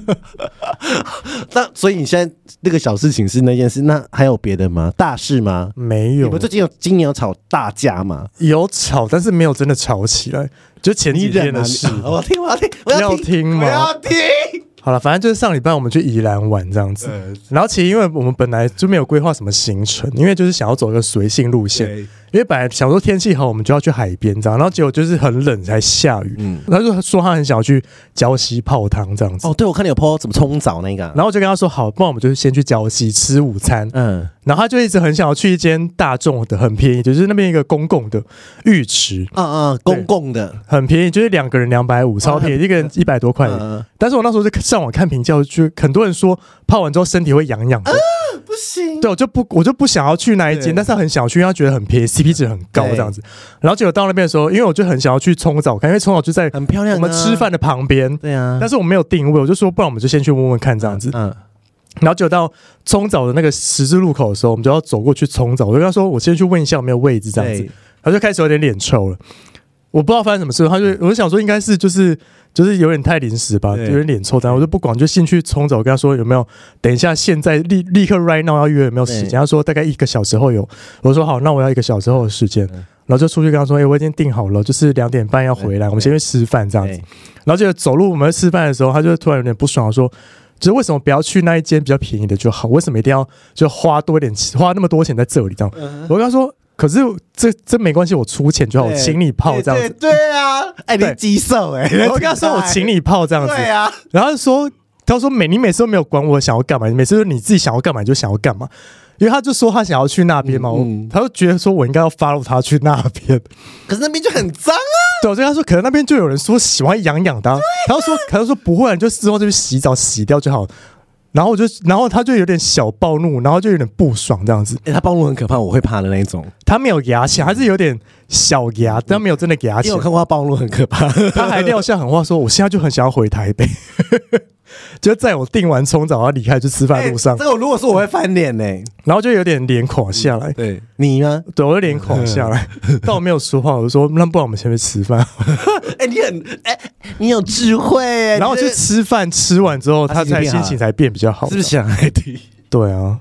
那所以你现在那个小事情是那件事，那还有别的吗？大事吗？ 没有。 你们最近有今年有吵大架吗？ 有吵，但是没有真的吵起来。就前几天的事， 我要听，我要听，我要听吗？ 我要听。 好了，反正就是上礼拜我们去宜兰玩这样子，然后其实因为我们本来就没有规划什么行程，因为就是想要走一个随性路线。因为本来想说天气好，我们就要去海边这样，然后结果就是很冷才下雨。嗯，他就说他很想要去礁溪泡汤这样子。 哦，对，我看你有 po 怎么冲澡那个、啊， 然后我就跟他说好，不然我们就先去礁溪吃午餐。嗯，然后他就一直很想要去一间大众的，很便宜，就是那边一个公共的浴池。 嗯嗯，公共的很便宜，就是两个人两百五，超便宜，一个人一百多块。嗯、但是我那时候就上网看评价，就很多人说泡完之后身体会痒痒的。啊不行， 对，我就不，我就不想要去那一间，但是他很想要去，因为他觉得很便宜 ，C P 值很高这样子。然后结果到那边的时候，因为我就很想要去冲澡看，因为冲澡就在很漂亮、啊， 我们吃饭的旁边。 对啊， 但是我没有定位，我就说不然我们就先去问问看这样子。嗯。嗯然后就到冲澡的那个十字路口的时候，我们就要走过去冲澡。我就跟他说：“我先去问一下有没有位置这样子。”他就开始有点脸臭了。我不知道发生什么事，他就我就想说应该是就是就是有点太临时吧，有点脸臭。然后我就不管，就进去冲澡。我跟他说有没有等一下现在立立刻 right now 要约有没有时间？他说大概一个小时后有。我说好，那我要一个小时后的时间。然后就出去跟他说：“哎、欸，我已经订好了，就是两点半要回来，我们先去吃饭这样子。”然后就走路我们吃饭的时候，他就突然有点不爽，说。就是为什么不要去那一间比较便宜的就好？为什么一定要就花多一点钱，花那么多钱在这里这样？嗯、我跟他说，可是这这没关系，我出钱就好，我请你泡这样子。 对, 对, 对啊，哎、欸，你棘手哎！我跟他说，我请你泡这样子。 对啊， 然后他说，他说每你每次都没有管我想要干嘛，每次都你自己想要干嘛你就想要干嘛。因为他就说他想要去那边嘛，嗯嗯、他就觉得说我应该要 follow 他去那边， 可是那边就很脏啊。 对，我就跟他说，可能那边就有人说喜欢痒痒的、啊，他就说，他就说不会，你就之后就去洗澡洗掉就好。然后我就，然后他就有点小暴怒，然后就有点不爽这样子。 欸、他暴怒很可怕，我会怕的那一种。 他没有牙起来，还是有点小牙，但没有真的牙起来。 因为我看过他暴怒很可怕， 他还撂下狠话说：“我现在就很想要回台北。”就在我订完冲澡要离开去吃饭路上， 欸、这个如果是我会翻脸呢、欸， 然后就有点脸垮下来。 对你呢？ 对，我就脸垮下来，但我没有说话，我就说：“那不然我们先去吃饭。” 哎，你很哎、欸，你有智慧哎、欸。 然后去吃饭，吃完之后他才心情才变比较好， 是不是想来听？ 对啊。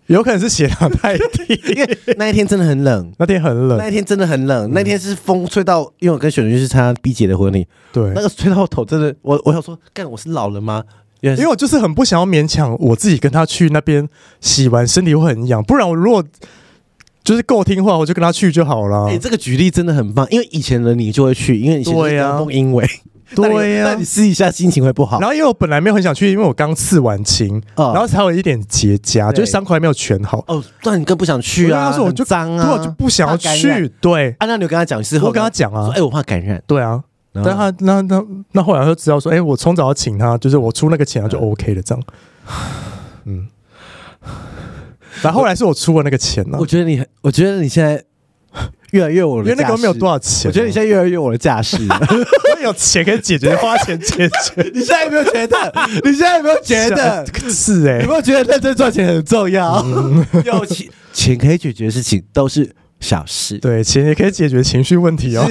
有可能是血糖太低， 因为那一天真的很冷， 那天很冷， 那一天真的很冷，嗯、那天是风吹到，因为我跟雪伦去参加 B 姐的婚礼， 对， 那个吹到我头真的，我我想说，干我是老了吗？ 因为我就是很不想要勉强我自己跟他去那边洗完身体会很痒，不然我如果就是够听话，我就跟他去就好了。 哎、欸，这个举例真的很棒，因为以前的你就会去，因为以前是阳奉阴违。 对呀、啊， 那你试一下心情会不好。 然后因为我本来没有很想去，因为我刚刺完青，哦、然后才有一点结痂，就是伤口还没有全好。 哦，那你更不想去啊？ 那时候我就脏啊， 我就不想要去。对， 啊，那你有跟他讲是？ 我跟他讲啊， 哎、欸，我怕感染。 对啊。但他那那那后来他就知道说，哎、欸，我从早要请他，就是我出那个钱，他就 OK 了，这样。嗯，然后后来是我出了那个钱呢、啊。 我觉得你，我觉得你现在越来越我的， 因为那个没有多少钱、啊。 我觉得你现在越来越我的架势， 我有钱可以解决，花钱解决。 你现在有没有觉得？你现在有没有觉得？ 是哎、欸， 有没有觉得认真赚钱很重要？嗯、有钱钱可以解决的事情都是小事， 对，钱也可以解决情绪问题哦。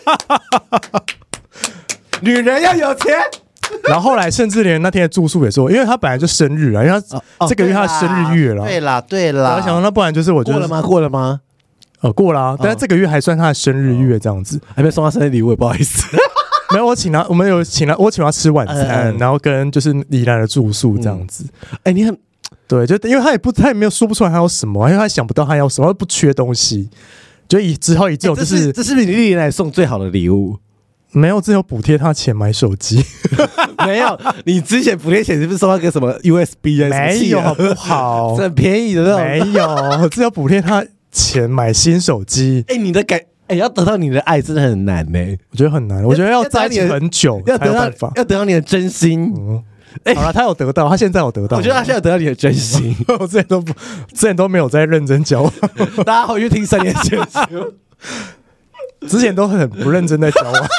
女人要有钱， 然后后来甚至连那天的住宿也说，因为他本来就生日啊，因为他、哦、这个月他的生日月了， 对啦对啦， 我想说那不然就是我觉得过了吗？过了吗？ 呃，过了、啊，但是这个月还算他的生日月这样子， 还没送他生日礼物，不好意思。 没有，我请他，我们有请他，我请他吃晚餐，嗯、然后跟就是宜兰的住宿这样子。 哎、嗯欸，你很对，就因为他也不，他也没有说不出来他要什么，因为他想不到他要什么，他不缺东西，就以只好以这种就是、欸、 这是不是你历年来送最好的礼物？ 没有，只有补贴他钱买手机。 没有，你之前补贴钱是不是送他个什么 U S B 啊？ 没有，好不好？ 很便宜的那种。 没有，只有补贴他钱买新手机。 哎、欸，你的感，哎、欸，要得到你的爱真的很难呢、欸。 我觉得很难，我觉得要在一起很久要得到，要得到你的真心。 嗯欸、好了，他有得到，他现在有得到。 我觉得他现在有得到你的真心。 我之前都不，之前都没有在认真交往。 大家回去听三年前。 之前都很不认真在交往。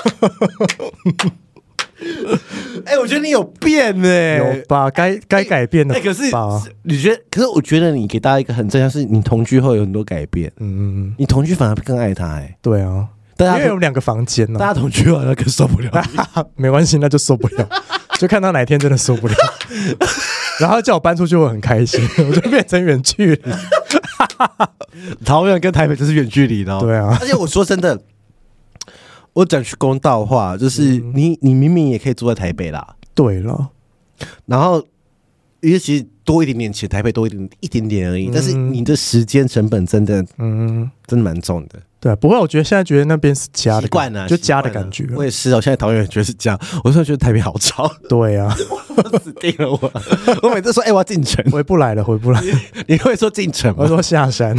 哎、欸，我觉得你有变呢、欸， 有吧？该该改变的。 哎、欸，可是你觉得？可是我觉得你给大家一个很正向，是你同居后有很多改变。嗯嗯，你同居反而更爱他哎、欸。 对啊，因为有两个房间呢、 啊，大家同居完了更受不了。 没关系，那就受不了，就看他哪天真的受不了。然后叫我搬出去，我很开心，我就变成远距离。 桃园跟台北就是远距离的、哦， 对啊。 而且我说真的，我讲句公道话，就是你、嗯、你明明也可以住在台北啦， 对了， 然后因为其实多一点点钱，台北多一点一点点而已，嗯、但是你的时间成本真的，嗯，真的蛮重的。 对、啊，不过我觉得现在觉得那边是家的， 习惯了， 就家的感觉。 我也是哦，现在桃园觉得是家，我说觉得台北好吵。 对啊， 我死定了我！我每次说，哎、欸，我要进城， 回不来了，回不来。 你, 你会说进城吗？ 我说下山。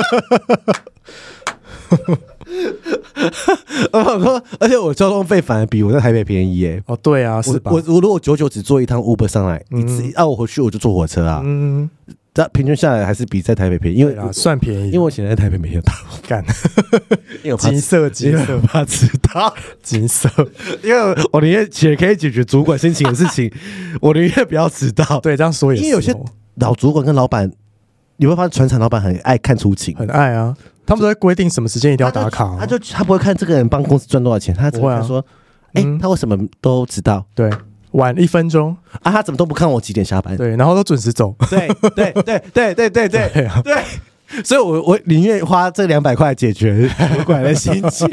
而且我交通费反而比我在台北便宜耶。 哦，对啊，是吧？ 我我如果久久只坐一趟 Uber 上来，嗯、一次啊，我回去我就坐火车啊。嗯。但平均下来还是比在台北便宜，因为算便宜， 因为我现在在台北没有到干， 因为我金色金色怕迟到金色， 因为我宁愿且可以解决主管心情的事情，我宁愿不要迟到。 对，这样说也是。 因为有些老主管跟老板，你会发现传产老板很爱看出勤， 很爱啊，他们都会规定什么时间一定要打卡、啊， 他就他, 就他不会看这个人帮公司赚多少钱，他只会看说，哎、啊欸嗯，他为什么都知道？ 对。晚一分钟啊！他怎么都不看我几点下班？ 对，然后都准时走。 对对对对对对对对、啊、 对，所以我我宁愿花这两百块解决主管的心情。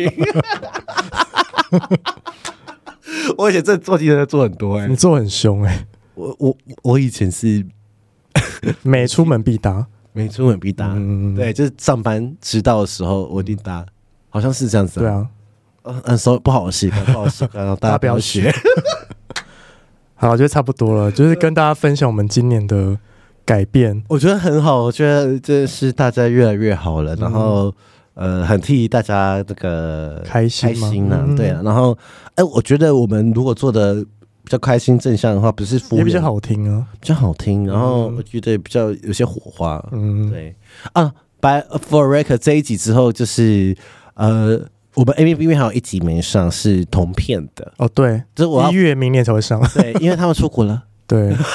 我以前这做记者做很多哎、欸， 你做很凶哎、欸。 我我我以前是每出门必搭， 每出门必搭。嗯，对，就是上班迟到的时候我一定搭，好像是这样子、啊。 对啊， 嗯嗯，所以不好的习惯，不好的习惯，大家不要学。 好，我觉得差不多了，就是跟大家分享我们今年的改变， 我觉得很好，我觉得这是大家越来越好了，嗯、然后呃，很替大家这个开心开心啊，嗯、对啊，然后哎、欸，我觉得我们如果做的比较开心正向的话，不是敷衍也比较好听啊， 比较好听，然后我觉得比较有些火花，嗯，对啊。By for record 这一集之后，就是呃。我们 A B B 还有一集没上，是同片的哦，对， 就是我一月明年才会上， 对，因为他们出国了， 对，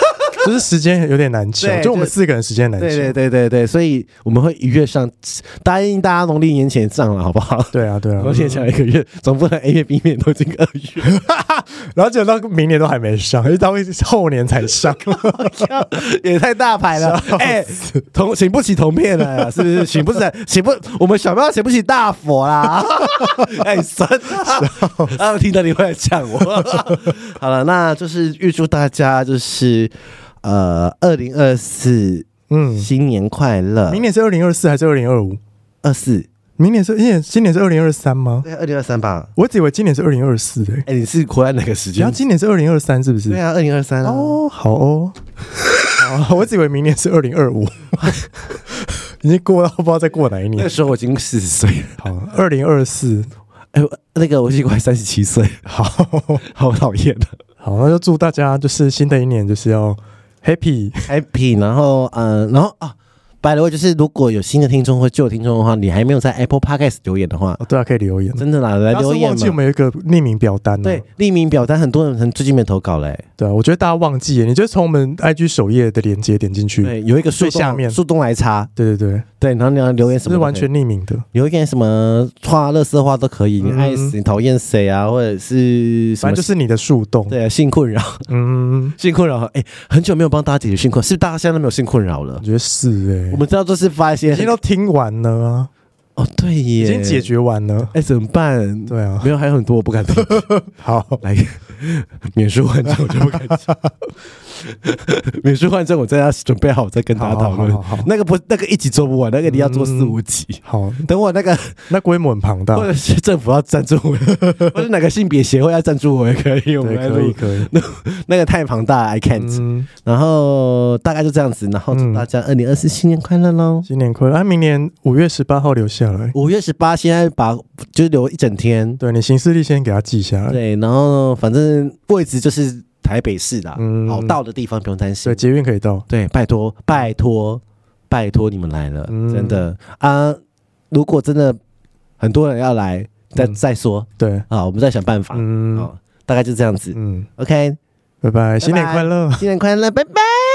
就是时间有点难求，就我们四个人时间难求。 对对对对对，所以我们会一月上，答应大家农历年前上了，好不好？ 对啊对啊， 农历年前一个月，总不能 A 月 B 面都已经二月， 然后结果到明年都还没上，因为到后年才上， 也太大牌了。哎、欸，同请不起同片了，是不是？请不起，请不，我们小喵请不起大佛啦。哎、欸，神啊！啊，听到你会来呛我。好了，那就是预祝大家就是呃，二零二四，嗯，新年快乐。 明年是二零二四还是二零二五？ 二四。 明年是今年今年是二零二三吗？ 对，二零二三吧。 我只以为今年是二零二四诶。 哎、欸，你是活在哪个时间？ 然后今年是二零二三，是不是？ 对啊，二零二三哦，好哦。好，我只以为明年是二零二五，已经过到不知道再过哪一年。 那个时候我已经四十岁。 好，二零二四。 哎、欸，那个我已经快三十七岁。 好， 好讨厌的。 好，那就祝大家就是新的一年就是要 happy happy， 然后呃，然后啊。by the way， 就是如果有新的听众或旧的听众的话，你还没有在 Apple Podcast 留言的话， 哦、对啊，可以留言， 真的啦，来留言嘛。 忘记我们有一个匿名表单、啊， 对，匿名表单很多人最近没投稿嘞、欸。 对啊，我觉得大家忘记耶，你就从我们 I G 首页的连结点进去， 对，有一个树下面树洞来插， 对对对对，然后你要留言什么是完全匿名的， 留言什么话、垃圾话都可以，你爱死、你讨厌谁啊，或者是反正就是你的树洞， 对啊，性困扰，嗯，性困扰，哎、欸，很久没有帮大家解决性困扰，是不是大家现在都没有性困扰了？ 我觉得是哎、欸， 我们知道都是发一些， 已经都听完了啊。 哦，对耶， 已经解决完了， 哎、欸，怎么办？ 对啊， 没有，还有很多我不敢听。 好， 来免书换证我就不敢讲，免书换证我在家准备好，我再跟大家讨论。那个不，那个一集做不完，那个你要做四五集。 嗯、好， 等我那个那规模很庞大， 或者是政府要赞助我，或者哪个性别协会要赞助我也可以，我们来可以可以。 那, 那个太庞大 ，I can't、嗯。然后大概就这样子，然后祝大家二零二四新年快乐喽！ 新年快乐！啊，明年五月十八号留下来。 五月十八，现在把就是留一整天。 对，你行事历先给他记下来。 对，然后反正位置就是台北市的、啊，嗯，好到的地方不用担心。 对，捷运可以到。 对，拜托拜托拜托你们来了，嗯、真的啊！如果真的很多人要来，再、嗯、再说。 对啊，我们再想办法。嗯，哦、大概就这样子。嗯 ，OK， 拜拜，新年快乐， 新年快乐，拜拜。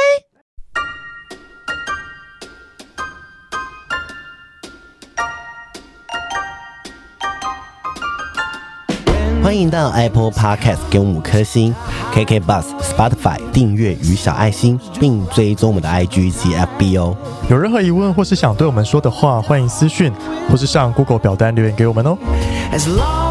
欢迎到 Apple Podcast 给我们五颗星 ，K K Bus、Spotify 订阅与小爱心，并追踪我们的 I G 及 F B 哦。 有任何疑问或是想对我们说的话，欢迎私讯或是上 Google 表单留言给我们哦。